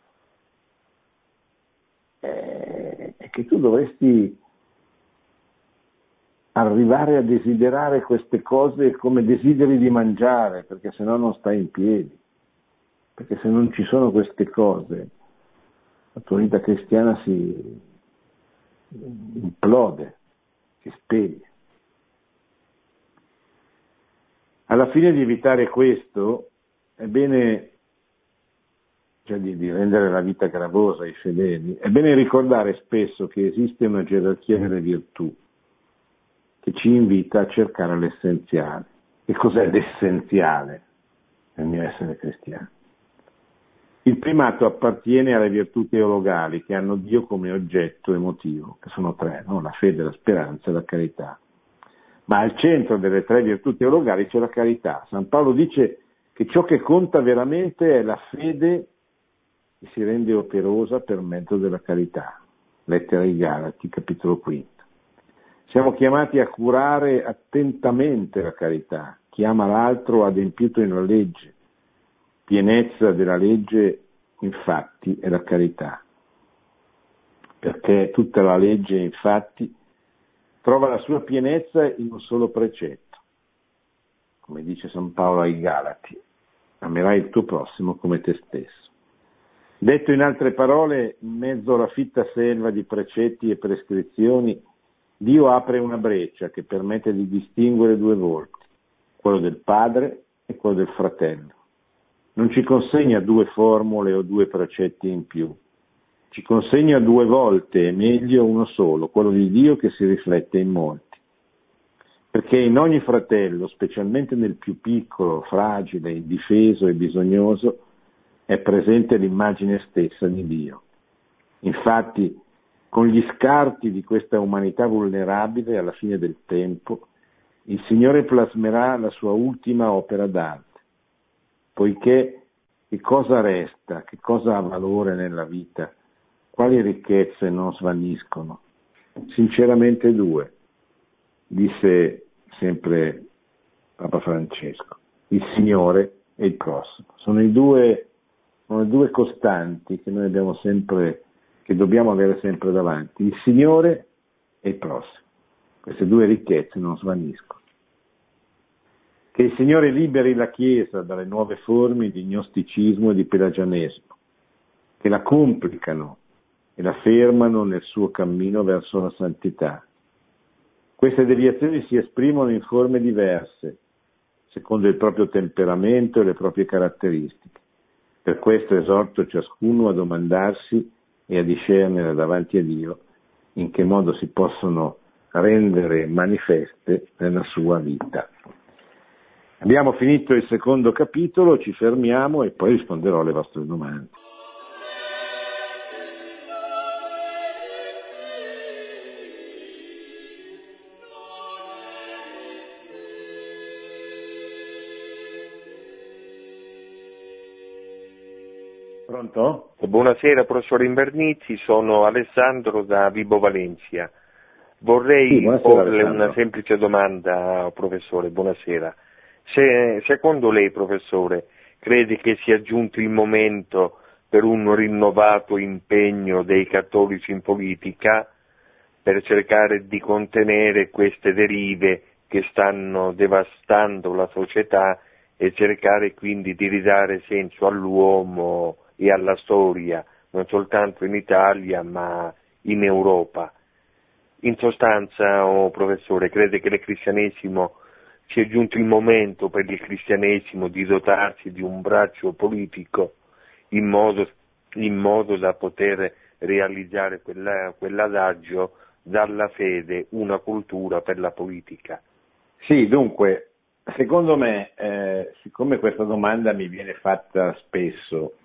È che tu dovresti arrivare a desiderare queste cose come desideri di mangiare, perché sennò non stai in piedi. Perché se non ci sono queste cose, la tua vita cristiana si implode, si spegne. Alla fine di evitare questo, è bene, cioè di, di rendere la vita gravosa ai fedeli, è bene ricordare spesso che esiste una gerarchia delle virtù che ci invita a cercare l'essenziale. E cos'è l'essenziale nel mio essere cristiano? Il primato appartiene alle virtù teologali che hanno Dio come oggetto emotivo, che sono tre, no? La fede, la speranza e la carità. Ma al centro delle tre virtù teologali c'è la carità. San Paolo dice che ciò che conta veramente è la fede che si rende operosa per mezzo della carità. Lettera ai Galati, capitolo quinto. Siamo chiamati a curare attentamente la carità. Chi ama l'altro ha adempiuto in una legge. Pienezza della legge, infatti, è la carità. Perché tutta la legge, infatti, trova la sua pienezza in un solo precetto. Come dice San Paolo ai Galati, amerai il tuo prossimo come te stesso. Detto in altre parole, in mezzo alla fitta selva di precetti e prescrizioni, Dio apre una breccia che permette di distinguere due volti, quello del padre e quello del fratello. Non ci consegna due formule o due precetti in più, ci consegna due volte, e meglio uno solo, quello di Dio che si riflette in molti. Perché in ogni fratello, specialmente nel più piccolo, fragile, indifeso e bisognoso, è presente l'immagine stessa di Dio. Infatti, con gli scarti di questa umanità vulnerabile, alla fine del tempo, il Signore plasmerà la sua ultima opera d'arte, poiché che cosa resta, che cosa ha valore nella vita, quali ricchezze non svaniscono? Sinceramente due, disse sempre Papa Francesco, il Signore e il prossimo. Sono i due, sono le due costanti che noi abbiamo sempre, che dobbiamo avere sempre davanti, il Signore e il prossimo. Queste due ricchezze non svaniscono. Che il Signore liberi la Chiesa dalle nuove forme di gnosticismo e di pelagianesimo, che la complicano e la fermano nel suo cammino verso la santità. Queste deviazioni si esprimono in forme diverse, secondo il proprio temperamento e le proprie caratteristiche. Per questo esorto ciascuno a domandarsi e a discernere davanti a Dio in che modo si possono rendere manifeste nella sua vita. Abbiamo finito il secondo capitolo, ci fermiamo e poi risponderò alle vostre domande. Pronto? Buonasera professore Invernizzi, sono Alessandro da Vibo Valencia. Vorrei sì, porle Alessandro. una semplice domanda, professore, buonasera. Se, secondo lei, professore, crede che sia giunto il momento per un rinnovato impegno dei cattolici in politica per cercare di contenere queste derive che stanno devastando la società e cercare quindi di ridare senso all'uomo e alla storia, non soltanto in Italia ma in Europa? In sostanza, oh, professore, crede che il cristianesimo sia giunto il momento per il cristianesimo di dotarsi di un braccio politico in modo, in modo da poter realizzare quella, quell'adagio dalla fede una cultura per la politica? Sì, dunque, secondo me, eh, siccome questa domanda mi viene fatta spesso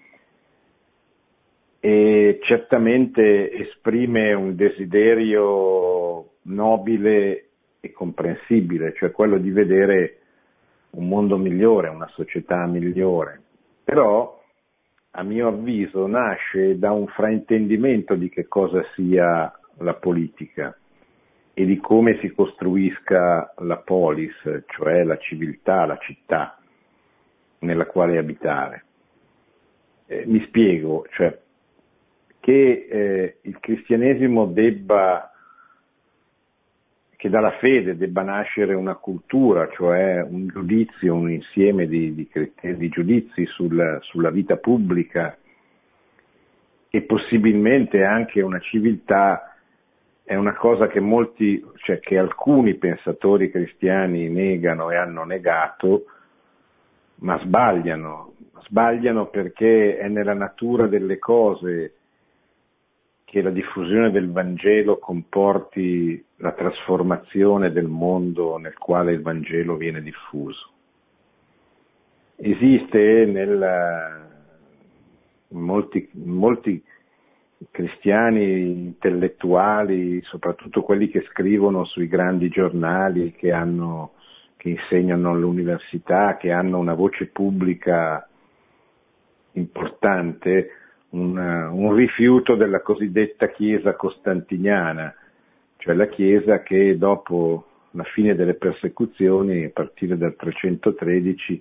e certamente esprime un desiderio nobile e comprensibile, cioè quello di vedere un mondo migliore, una società migliore, però a mio avviso nasce da un fraintendimento di che cosa sia la politica e di come si costruisca la polis, cioè la civiltà, la città nella quale abitare. Eh, mi spiego, cioè che eh, il cristianesimo debba, che dalla fede debba nascere una cultura, cioè un giudizio, un insieme di, di, di giudizi sul, sulla vita pubblica e possibilmente anche una civiltà, è una cosa che molti, cioè che alcuni pensatori cristiani negano e hanno negato, ma sbagliano, sbagliano perché è nella natura delle cose che la diffusione del Vangelo comporti la trasformazione del mondo nel quale il Vangelo viene diffuso. Esiste nel, in molti, in molti cristiani intellettuali, soprattutto quelli che scrivono sui grandi giornali, che, hanno, che insegnano all'università, che hanno una voce pubblica importante, Un, un rifiuto della cosiddetta Chiesa costantiniana, cioè la Chiesa che dopo la fine delle persecuzioni, a partire dal trecentotredici,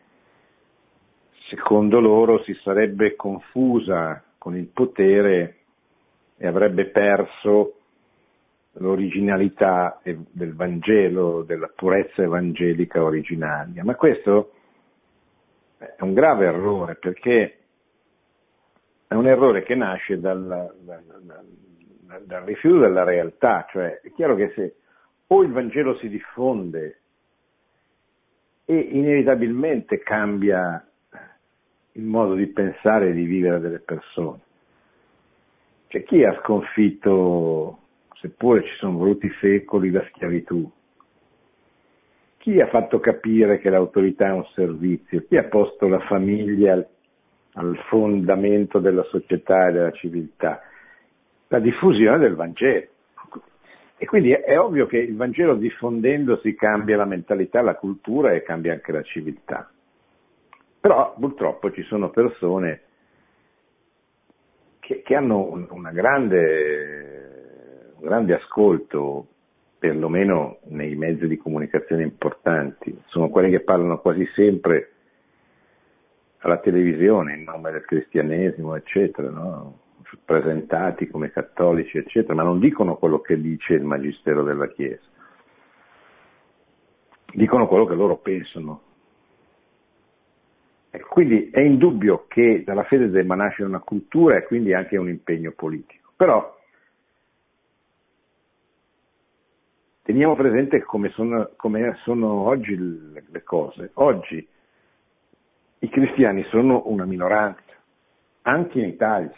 secondo loro si sarebbe confusa con il potere e avrebbe perso l'originalità del Vangelo, della purezza evangelica originaria. Ma questo è un grave errore, perché è un errore che nasce dal, dal, dal, dal rifiuto della realtà, cioè è chiaro che se o il Vangelo si diffonde e inevitabilmente cambia il modo di pensare e di vivere delle persone. C'è chi ha sconfitto, seppure ci sono voluti secoli, la schiavitù, chi ha fatto capire che l'autorità è un servizio, chi ha posto la famiglia al al fondamento della società e della civiltà, la diffusione del Vangelo. E quindi è, è ovvio che il Vangelo diffondendosi cambia la mentalità, la cultura e cambia anche la civiltà. Però purtroppo ci sono persone che, che hanno un, una grande, un grande ascolto, perlomeno nei mezzi di comunicazione importanti, sono quelli che parlano quasi sempre alla televisione in nome del cristianesimo, eccetera, no? Presentati come cattolici, eccetera, ma non dicono quello che dice il Magistero della Chiesa, dicono quello che loro pensano. E quindi è indubbio che dalla fede debba nascere una cultura e quindi anche un impegno politico. Però teniamo presente come sono, come sono oggi le cose. Oggi i cristiani sono una minoranza, anche in Italia.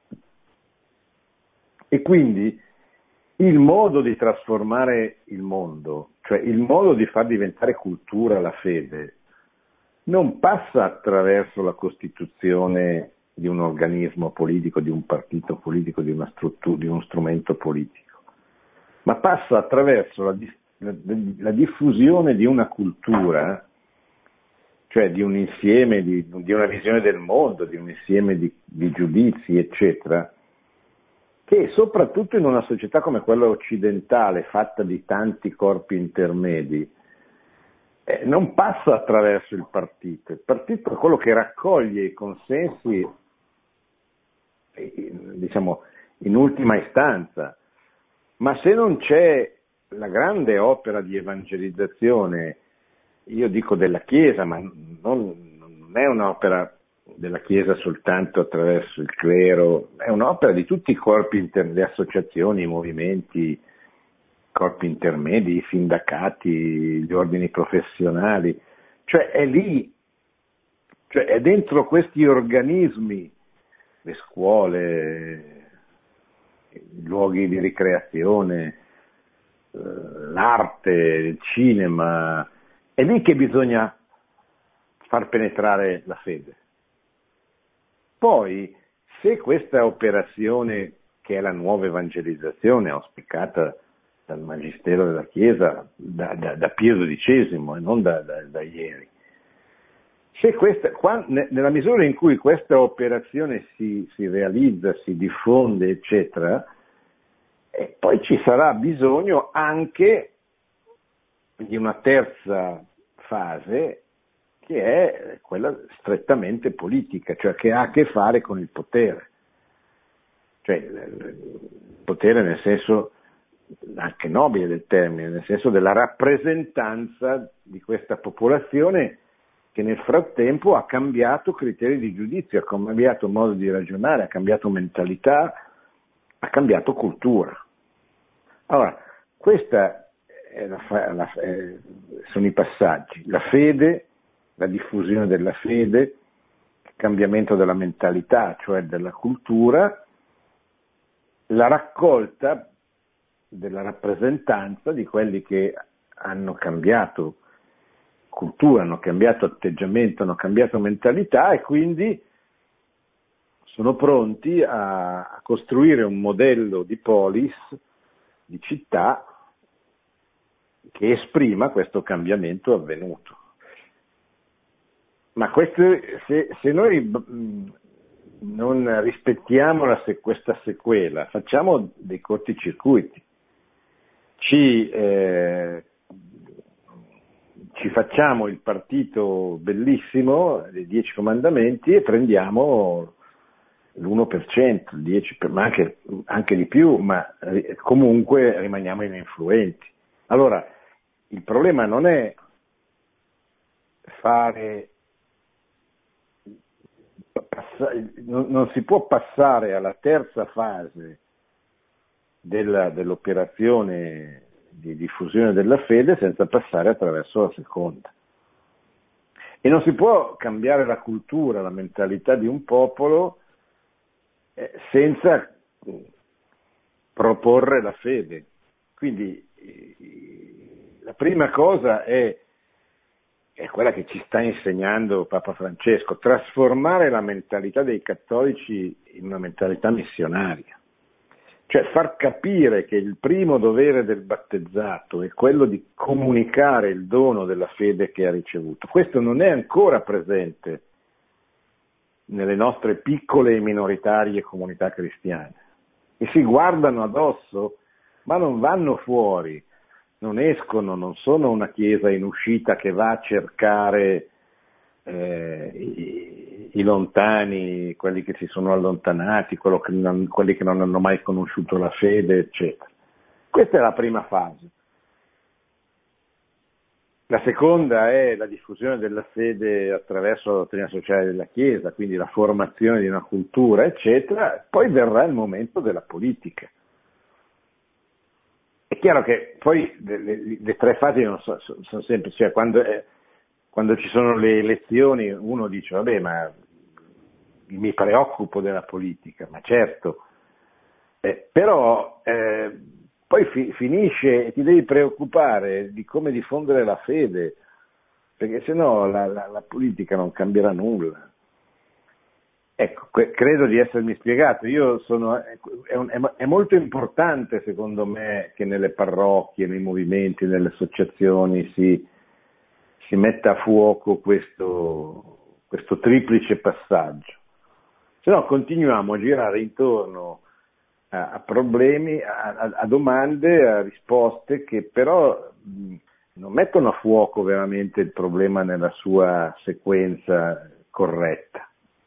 E quindi il modo di trasformare il mondo, cioè il modo di far diventare cultura la fede, non passa attraverso la costituzione di un organismo politico, di un partito politico, di una struttura, di uno strumento politico, ma passa attraverso la, la, la diffusione di una cultura, cioè di un insieme, di, di una visione del mondo, di un insieme di, di giudizi, eccetera, che soprattutto in una società come quella occidentale, fatta di tanti corpi intermedi, eh, non passa attraverso il partito. Il partito è quello che raccoglie i consensi, eh, diciamo, in ultima istanza, ma se non c'è la grande opera di evangelizzazione, io dico della Chiesa, ma non, non è un'opera della Chiesa soltanto attraverso il clero, è un'opera di tutti i corpi interni, le associazioni, i movimenti, corpi intermedi, i sindacati, gli ordini professionali, cioè è lì, cioè è dentro questi organismi, le scuole, i luoghi di ricreazione, l'arte, il cinema, è lì che bisogna far penetrare la fede. Poi, se questa operazione, che è la nuova evangelizzazione auspicata dal Magistero della Chiesa, da, da, da Pio dodicesimo e non da, da, da ieri, se questa, qua, nella misura in cui questa operazione si, si realizza, si diffonde, eccetera, e poi ci sarà bisogno anche di una terza fase, che è quella strettamente politica, cioè che ha a che fare con il potere, cioè il potere nel senso anche nobile del termine, nel senso della rappresentanza di questa popolazione che nel frattempo ha cambiato criteri di giudizio, ha cambiato modo di ragionare, ha cambiato mentalità, ha cambiato cultura. Allora, questa è la, la, è, sono i passaggi, la fede, la diffusione della fede, il cambiamento della mentalità, cioè della cultura, la raccolta della rappresentanza di quelli che hanno cambiato cultura, hanno cambiato atteggiamento, hanno cambiato mentalità e quindi sono pronti a, a costruire un modello di polis, di città, che esprima questo cambiamento avvenuto. Ma queste, se, se noi non rispettiamo la, questa sequela, facciamo dei corticircuiti, ci, eh, ci facciamo il partito bellissimo dei Dieci Comandamenti e prendiamo l'uno per cento, il dieci per cento, ma anche, anche di più, ma comunque rimaniamo ininfluenti. Allora, il problema non è fare, non si può passare alla terza fase della, dell'operazione di diffusione della fede senza passare attraverso la seconda. E non si può cambiare la cultura, la mentalità di un popolo eh, senza proporre la fede. Quindi la prima cosa è, è quella che ci sta insegnando Papa Francesco, trasformare la mentalità dei cattolici in una mentalità missionaria. Cioè far capire che il primo dovere del battezzato è quello di comunicare il dono della fede che ha ricevuto. Questo non è ancora presente nelle nostre piccole e minoritarie comunità cristiane. E si guardano addosso, ma non vanno fuori, non escono, non sono una chiesa in uscita che va a cercare eh, i, i lontani, quelli che si sono allontanati, che non, quelli che non hanno mai conosciuto la fede, eccetera. Questa è la prima fase. La seconda è la diffusione della fede attraverso la dottrina sociale della Chiesa, quindi la formazione di una cultura, eccetera. Poi verrà il momento della politica. È chiaro che poi le, le, le tre fasi non so, sono sempre, cioè quando, eh, quando ci sono le elezioni uno dice vabbè ma mi preoccupo della politica, ma certo, eh, però eh, poi fi, finisce e ti devi preoccupare di come diffondere la fede, perché sennò la, la, la politica non cambierà nulla. Ecco, que- credo di essermi spiegato. Io sono, è, un, è, è molto importante secondo me che nelle parrocchie, nei movimenti, nelle associazioni si, si metta a fuoco questo, questo triplice passaggio. Se no continuiamo a girare intorno a, a problemi, a, a, a domande, a risposte che però mh, non mettono a fuoco veramente il problema nella sua sequenza corretta.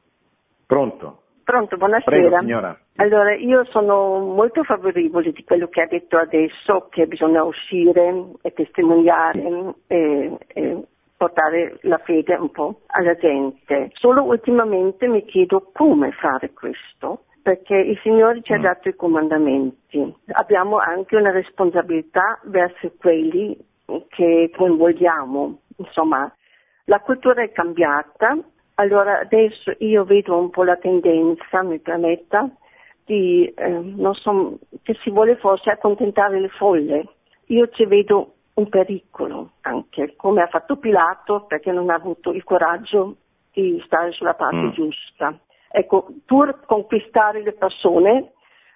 Pronto? Pronto, buonasera. Prego, signora. Allora, io sono molto favorevole di quello che ha detto adesso, che bisogna uscire e testimoniare e, e portare la fede un po' alla gente. Solo ultimamente mi chiedo come fare questo, perché il Signore ci ha dato i comandamenti. Abbiamo anche una responsabilità verso quelli che coinvolgiamo. Insomma, la cultura è cambiata. Allora adesso io vedo un po' la tendenza, mi permetta, di, eh, non so, che si vuole forse accontentare le folle. Io ci vedo un pericolo anche, come ha fatto Pilato, perché non ha avuto il coraggio di stare sulla parte mm. giusta. Ecco, pur conquistare le persone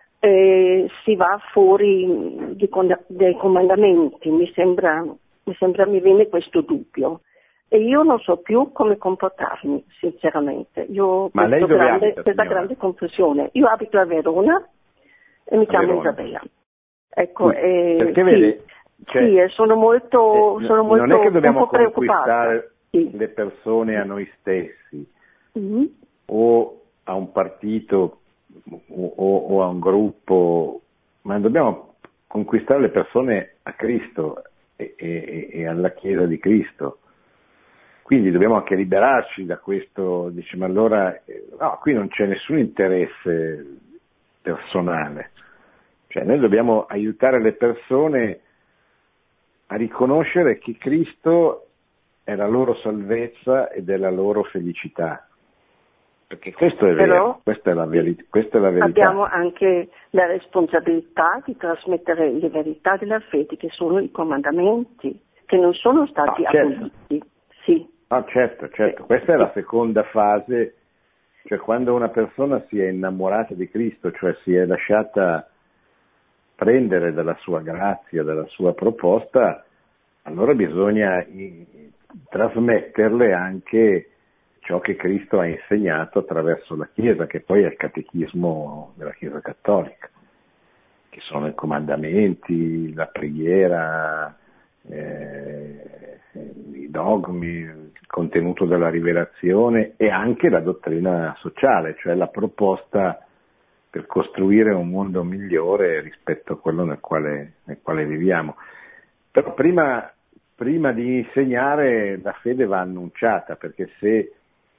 eh, si va fuori di, dei comandamenti, mi sembra, mi sembra, mi viene questo dubbio. E io non so più come comportarmi, sinceramente. Io Ma lei dove grande, abita, questa signora? grande confusione. Io abito a Verona e mi a chiamo Verona. Isabella. Ecco, sì, eh, perché sì, vede, cioè, sì, sono molto, eh, sono molto non è che dobbiamo un po' preoccupata. conquistare sì. le persone a noi stessi Mm-hmm. o a un partito o, o, o a un gruppo, ma dobbiamo conquistare le persone a Cristo e, e, e alla Chiesa di Cristo. Quindi dobbiamo anche liberarci da questo, dice, ma allora, no, qui non c'è nessun interesse personale. Cioè noi dobbiamo aiutare le persone a riconoscere che Cristo è la loro salvezza ed è la loro felicità. Perché questo è Però, vero, questa è la verità. Questa è la verità. Abbiamo anche la responsabilità di trasmettere le verità della fede, che sono i comandamenti, che non sono stati no, certo. aboliti. Sì. No, certo, certo. Questa è la seconda fase, cioè quando una persona si è innamorata di Cristo, cioè si è lasciata prendere dalla sua grazia, dalla sua proposta, allora bisogna trasmetterle anche ciò che Cristo ha insegnato attraverso la Chiesa, che poi è il catechismo della Chiesa cattolica, che sono i comandamenti, la preghiera, eh, i dogmi, il contenuto della rivelazione e anche la dottrina sociale, cioè la proposta per costruire un mondo migliore rispetto a quello nel quale, nel quale viviamo. Però prima, prima di insegnare la fede va annunciata, perché se,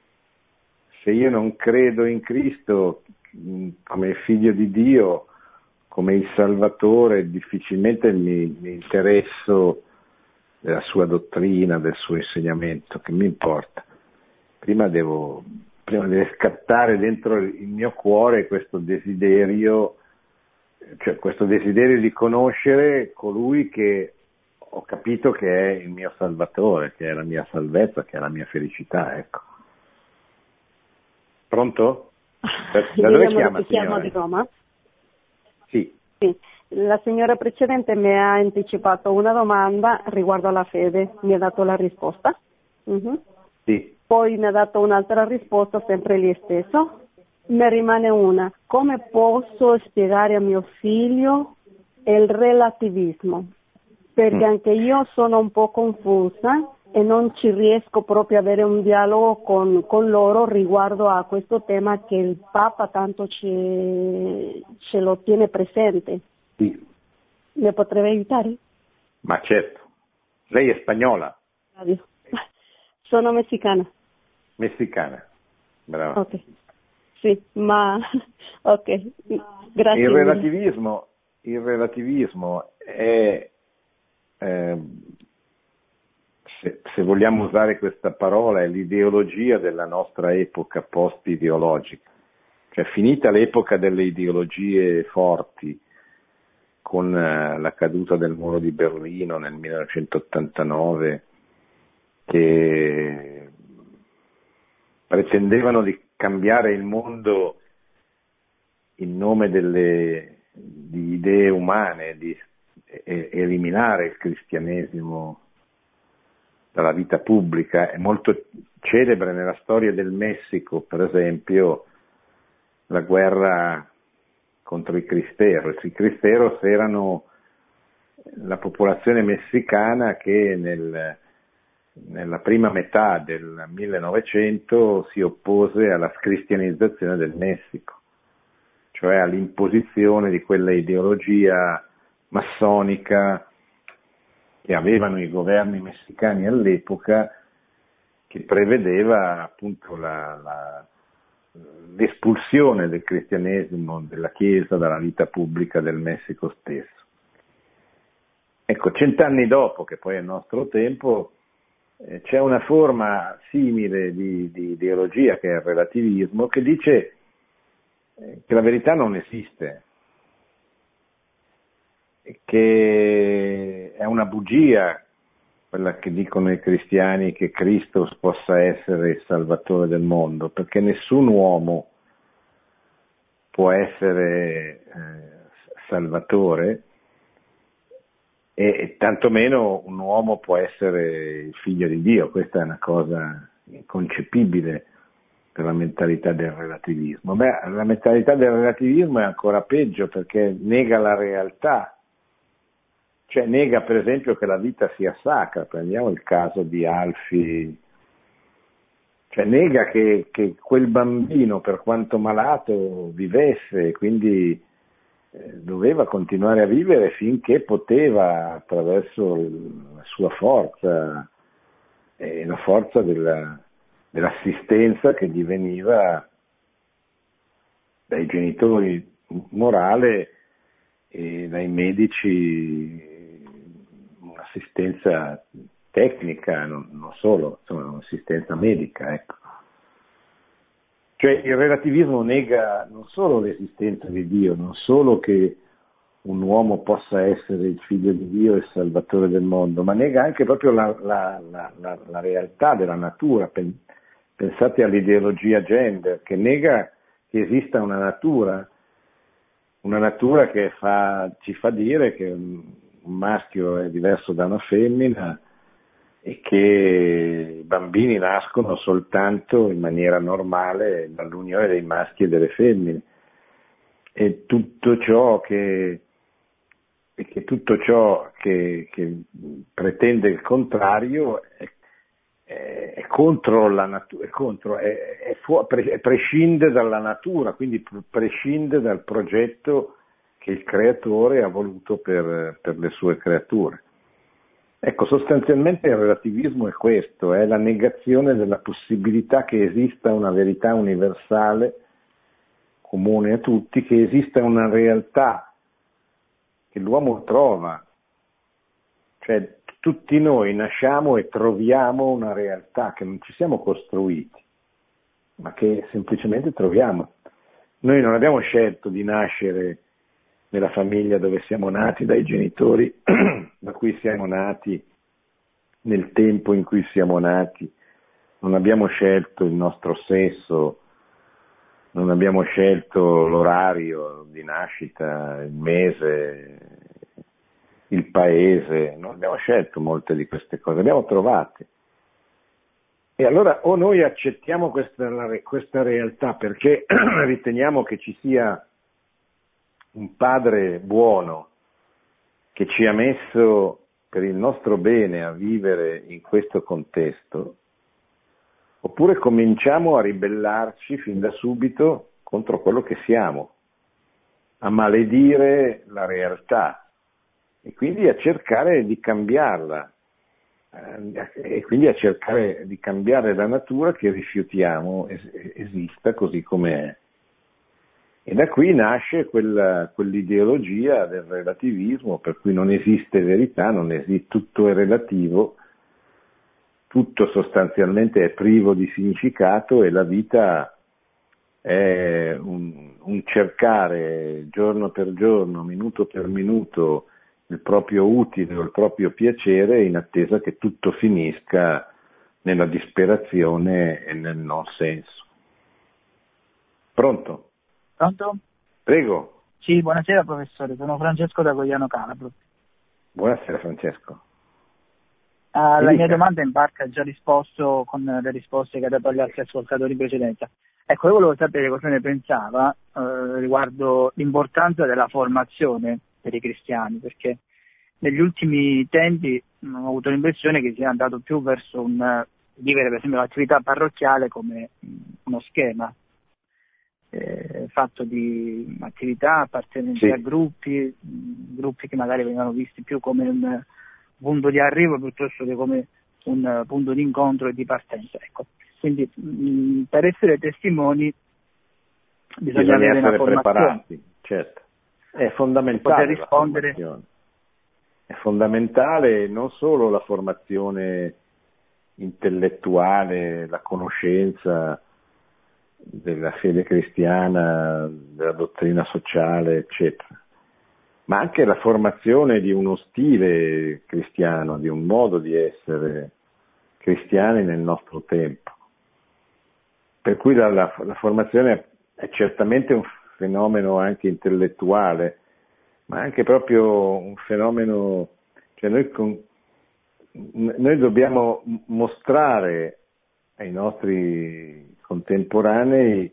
se io non credo in Cristo come figlio di Dio, come il Salvatore, difficilmente mi, mi interesso della sua dottrina, del suo insegnamento, che mi importa. Prima devo, prima deve scattare dentro il mio cuore questo desiderio, cioè questo desiderio di conoscere colui che ho capito che è il mio Salvatore, che è la mia salvezza, che è la mia felicità, ecco. Pronto? Da, da dove chiama, signora? Di Roma. Sì. Sì, la signora precedente mi ha anticipato una domanda riguardo alla fede, mi ha dato la risposta. Uh-huh. Sì. Poi mi ha dato un'altra risposta, sempre lì stesso. Mi rimane una, come posso spiegare a mio figlio il relativismo? Perché Mm. anche io sono un po' confusa e non ci riesco proprio ad avere un dialogo con, con loro riguardo a questo tema che il Papa tanto ci, ce lo tiene presente. Sì. Mi potrebbe aiutare? Ma certo. Lei è spagnola? Sono messicana. Messicana. Brava. Ok. Sì, ma ok. Grazie. Il relativismo, il relativismo è eh, se, se vogliamo usare questa parola, è l'ideologia della nostra epoca post-ideologica. Cioè, finita l'epoca delle ideologie forti, con eh, la caduta del muro di Berlino nel millenovecentottantanove, che pretendevano di cambiare il mondo in nome delle di idee umane, di e, eliminare il cristianesimo dalla vita pubblica. È molto celebre nella storia del Messico, per esempio, la guerra contro i cristeros. I cristeros erano la popolazione messicana che nel, nella prima metà del millenovecento si oppose alla scristianizzazione del Messico, cioè all'imposizione di quella ideologia massonica che avevano i governi messicani all'epoca, che prevedeva appunto la, la, l'espulsione del cristianesimo, della Chiesa, dalla vita pubblica del Messico stesso. Ecco, cent'anni dopo, che poi è il nostro tempo, eh, c'è una forma simile di, di ideologia, che è il relativismo, che dice eh, che la verità non esiste, che è una bugia quella che dicono i cristiani, che Cristo possa essere il Salvatore del mondo, perché nessun uomo può essere eh, Salvatore, e, e tantomeno un uomo può essere il figlio di Dio. Questa è una cosa inconcepibile per la mentalità del relativismo. Beh, la mentalità del relativismo è ancora peggio, perché nega la realtà. Cioè nega per esempio che la vita sia sacra. Prendiamo il caso di Alfie, cioè nega che, che quel bambino, per quanto malato, vivesse, quindi eh, doveva continuare a vivere finché poteva, attraverso la sua forza e la forza della, dell'assistenza che gli veniva dai genitori morale e dai medici, un'assistenza tecnica, non, non solo, insomma, un'assistenza medica, ecco. Cioè il relativismo nega non solo l'esistenza di Dio, non solo che un uomo possa essere il figlio di Dio e il salvatore del mondo, ma nega anche proprio la, la, la, la, la realtà della natura. Pensate all'ideologia gender, che nega che esista una natura, una natura che fa, ci fa dire che un maschio è diverso da una femmina e che i bambini nascono soltanto in maniera normale dall'unione dei maschi e delle femmine, e tutto ciò che, e che, tutto ciò che, che pretende il contrario è, è, è contro la natura, è contro, è, è fu- pre- prescinde dalla natura, quindi prescinde dal progetto che il creatore ha voluto per, per le sue creature. Ecco, sostanzialmente il relativismo è questo, è la negazione della possibilità che esista una verità universale, comune a tutti, che esista una realtà che l'uomo trova. Cioè, tutti noi nasciamo e troviamo una realtà che non ci siamo costruiti, ma che semplicemente troviamo. Noi non abbiamo scelto di nascere nella famiglia dove siamo nati, dai genitori da cui siamo nati, nel tempo in cui siamo nati, non abbiamo scelto il nostro sesso, non abbiamo scelto l'orario di nascita, il mese, il paese, non abbiamo scelto molte di queste cose, le abbiamo trovate. E allora o noi accettiamo questa, questa realtà perché riteniamo che ci sia un padre buono che ci ha messo per il nostro bene a vivere in questo contesto, oppure cominciamo a ribellarci fin da subito contro quello che siamo, a maledire la realtà e quindi a cercare di cambiarla, e quindi a cercare di cambiare la natura che rifiutiamo es- esista così com'è. E da qui nasce quella, quell'ideologia del relativismo per cui non esiste verità, non esiste, tutto è relativo, tutto sostanzialmente è privo di significato e la vita è un, un cercare giorno per giorno, minuto per minuto il proprio utile o il proprio piacere in attesa che tutto finisca nella disperazione e nel non senso. Pronto? Pronto? Prego. Sì, buonasera professore, sono Francesco da Cogliano Calabro. Buonasera Francesco. Alla mia domanda in parte ha già risposto con le risposte che ha dato agli altri ascoltatori in precedenza. Ecco, io volevo sapere cosa ne pensava eh, riguardo l'importanza della formazione per i cristiani, perché negli ultimi tempi mh, ho avuto l'impressione che sia andato più verso un uh, vivere per esempio l'attività parrocchiale come mh, uno schema eh, fatto di attività, appartenenza sì. a gruppi, mh, gruppi che magari venivano visti più come un uh, punto di arrivo piuttosto che come un uh, punto di incontro e di partenza. Ecco. Quindi mh, per essere testimoni bisogna, bisogna avere essere una formazione. preparati, certo. È fondamentale poter rispondere. La formazione. È fondamentale non solo la formazione intellettuale, la conoscenza della fede cristiana, della dottrina sociale, eccetera, ma anche la formazione di uno stile cristiano, di un modo di essere cristiani nel nostro tempo. Per cui la, la, la formazione è certamente un fenomeno anche intellettuale, ma anche proprio un fenomeno, cioè noi, con, noi dobbiamo mostrare ai nostri contemporanei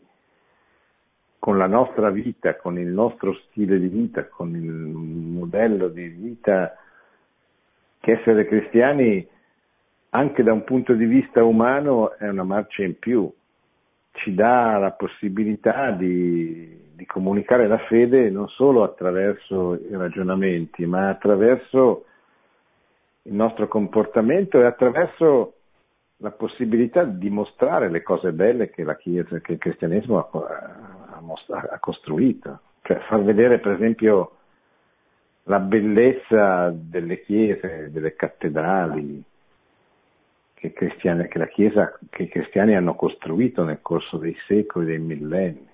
con la nostra vita, con il nostro stile di vita, con il modello di vita, che essere cristiani anche da un punto di vista umano è una marcia in più, ci dà la possibilità di, di comunicare la fede non solo attraverso i ragionamenti, ma attraverso il nostro comportamento e attraverso la possibilità di mostrare le cose belle che la Chiesa, che il cristianesimo ha, ha, ha costruito, cioè far vedere per esempio la bellezza delle chiese, delle cattedrali che, cristiane, che la Chiesa, che i cristiani hanno costruito nel corso dei secoli, dei millenni,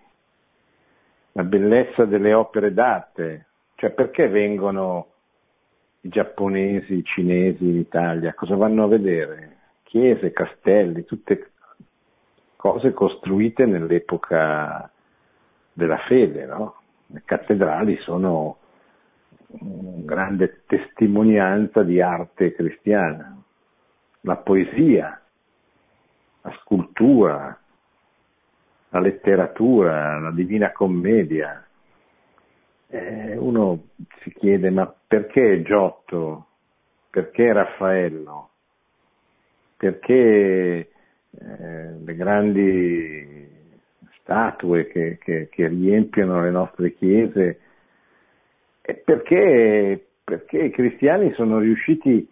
la bellezza delle opere d'arte, cioè perché vengono i giapponesi, i cinesi in Italia, cosa vanno a vedere? Chiese, castelli, tutte cose costruite nell'epoca della fede, no? Le cattedrali sono una grande testimonianza di arte cristiana, la poesia, la scultura, la letteratura, la Divina Commedia. Eh, uno si chiede, ma perché Giotto? Perché Raffaello? Perché eh, le grandi statue che, che, che riempiono le nostre chiese? E perché, perché i cristiani sono riusciti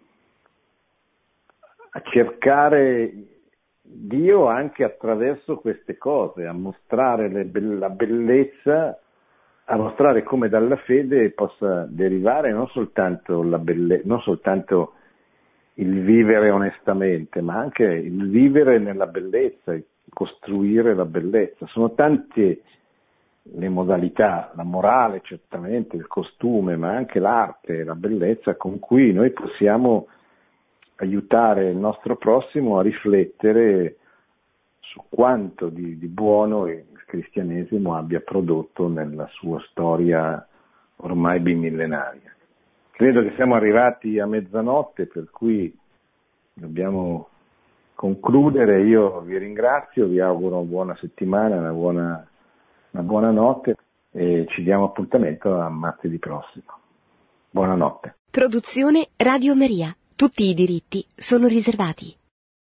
a cercare Dio anche attraverso queste cose, a mostrare le be- la bellezza, a mostrare come dalla fede possa derivare non soltanto la belle- non soltanto il vivere onestamente, ma anche il vivere nella bellezza, il costruire la bellezza. Sono tante le modalità, la morale certamente, il costume, ma anche l'arte, la bellezza con cui noi possiamo aiutare il nostro prossimo a riflettere su quanto di, di buono il cristianesimo abbia prodotto nella sua storia ormai bimillenaria. Credo che siamo arrivati a mezzanotte, per cui dobbiamo concludere. Io vi ringrazio, vi auguro una buona settimana, una buona, una buona notte e ci diamo appuntamento a martedì prossimo. Buonanotte. Produzione Radio Maria. Tutti i diritti sono riservati.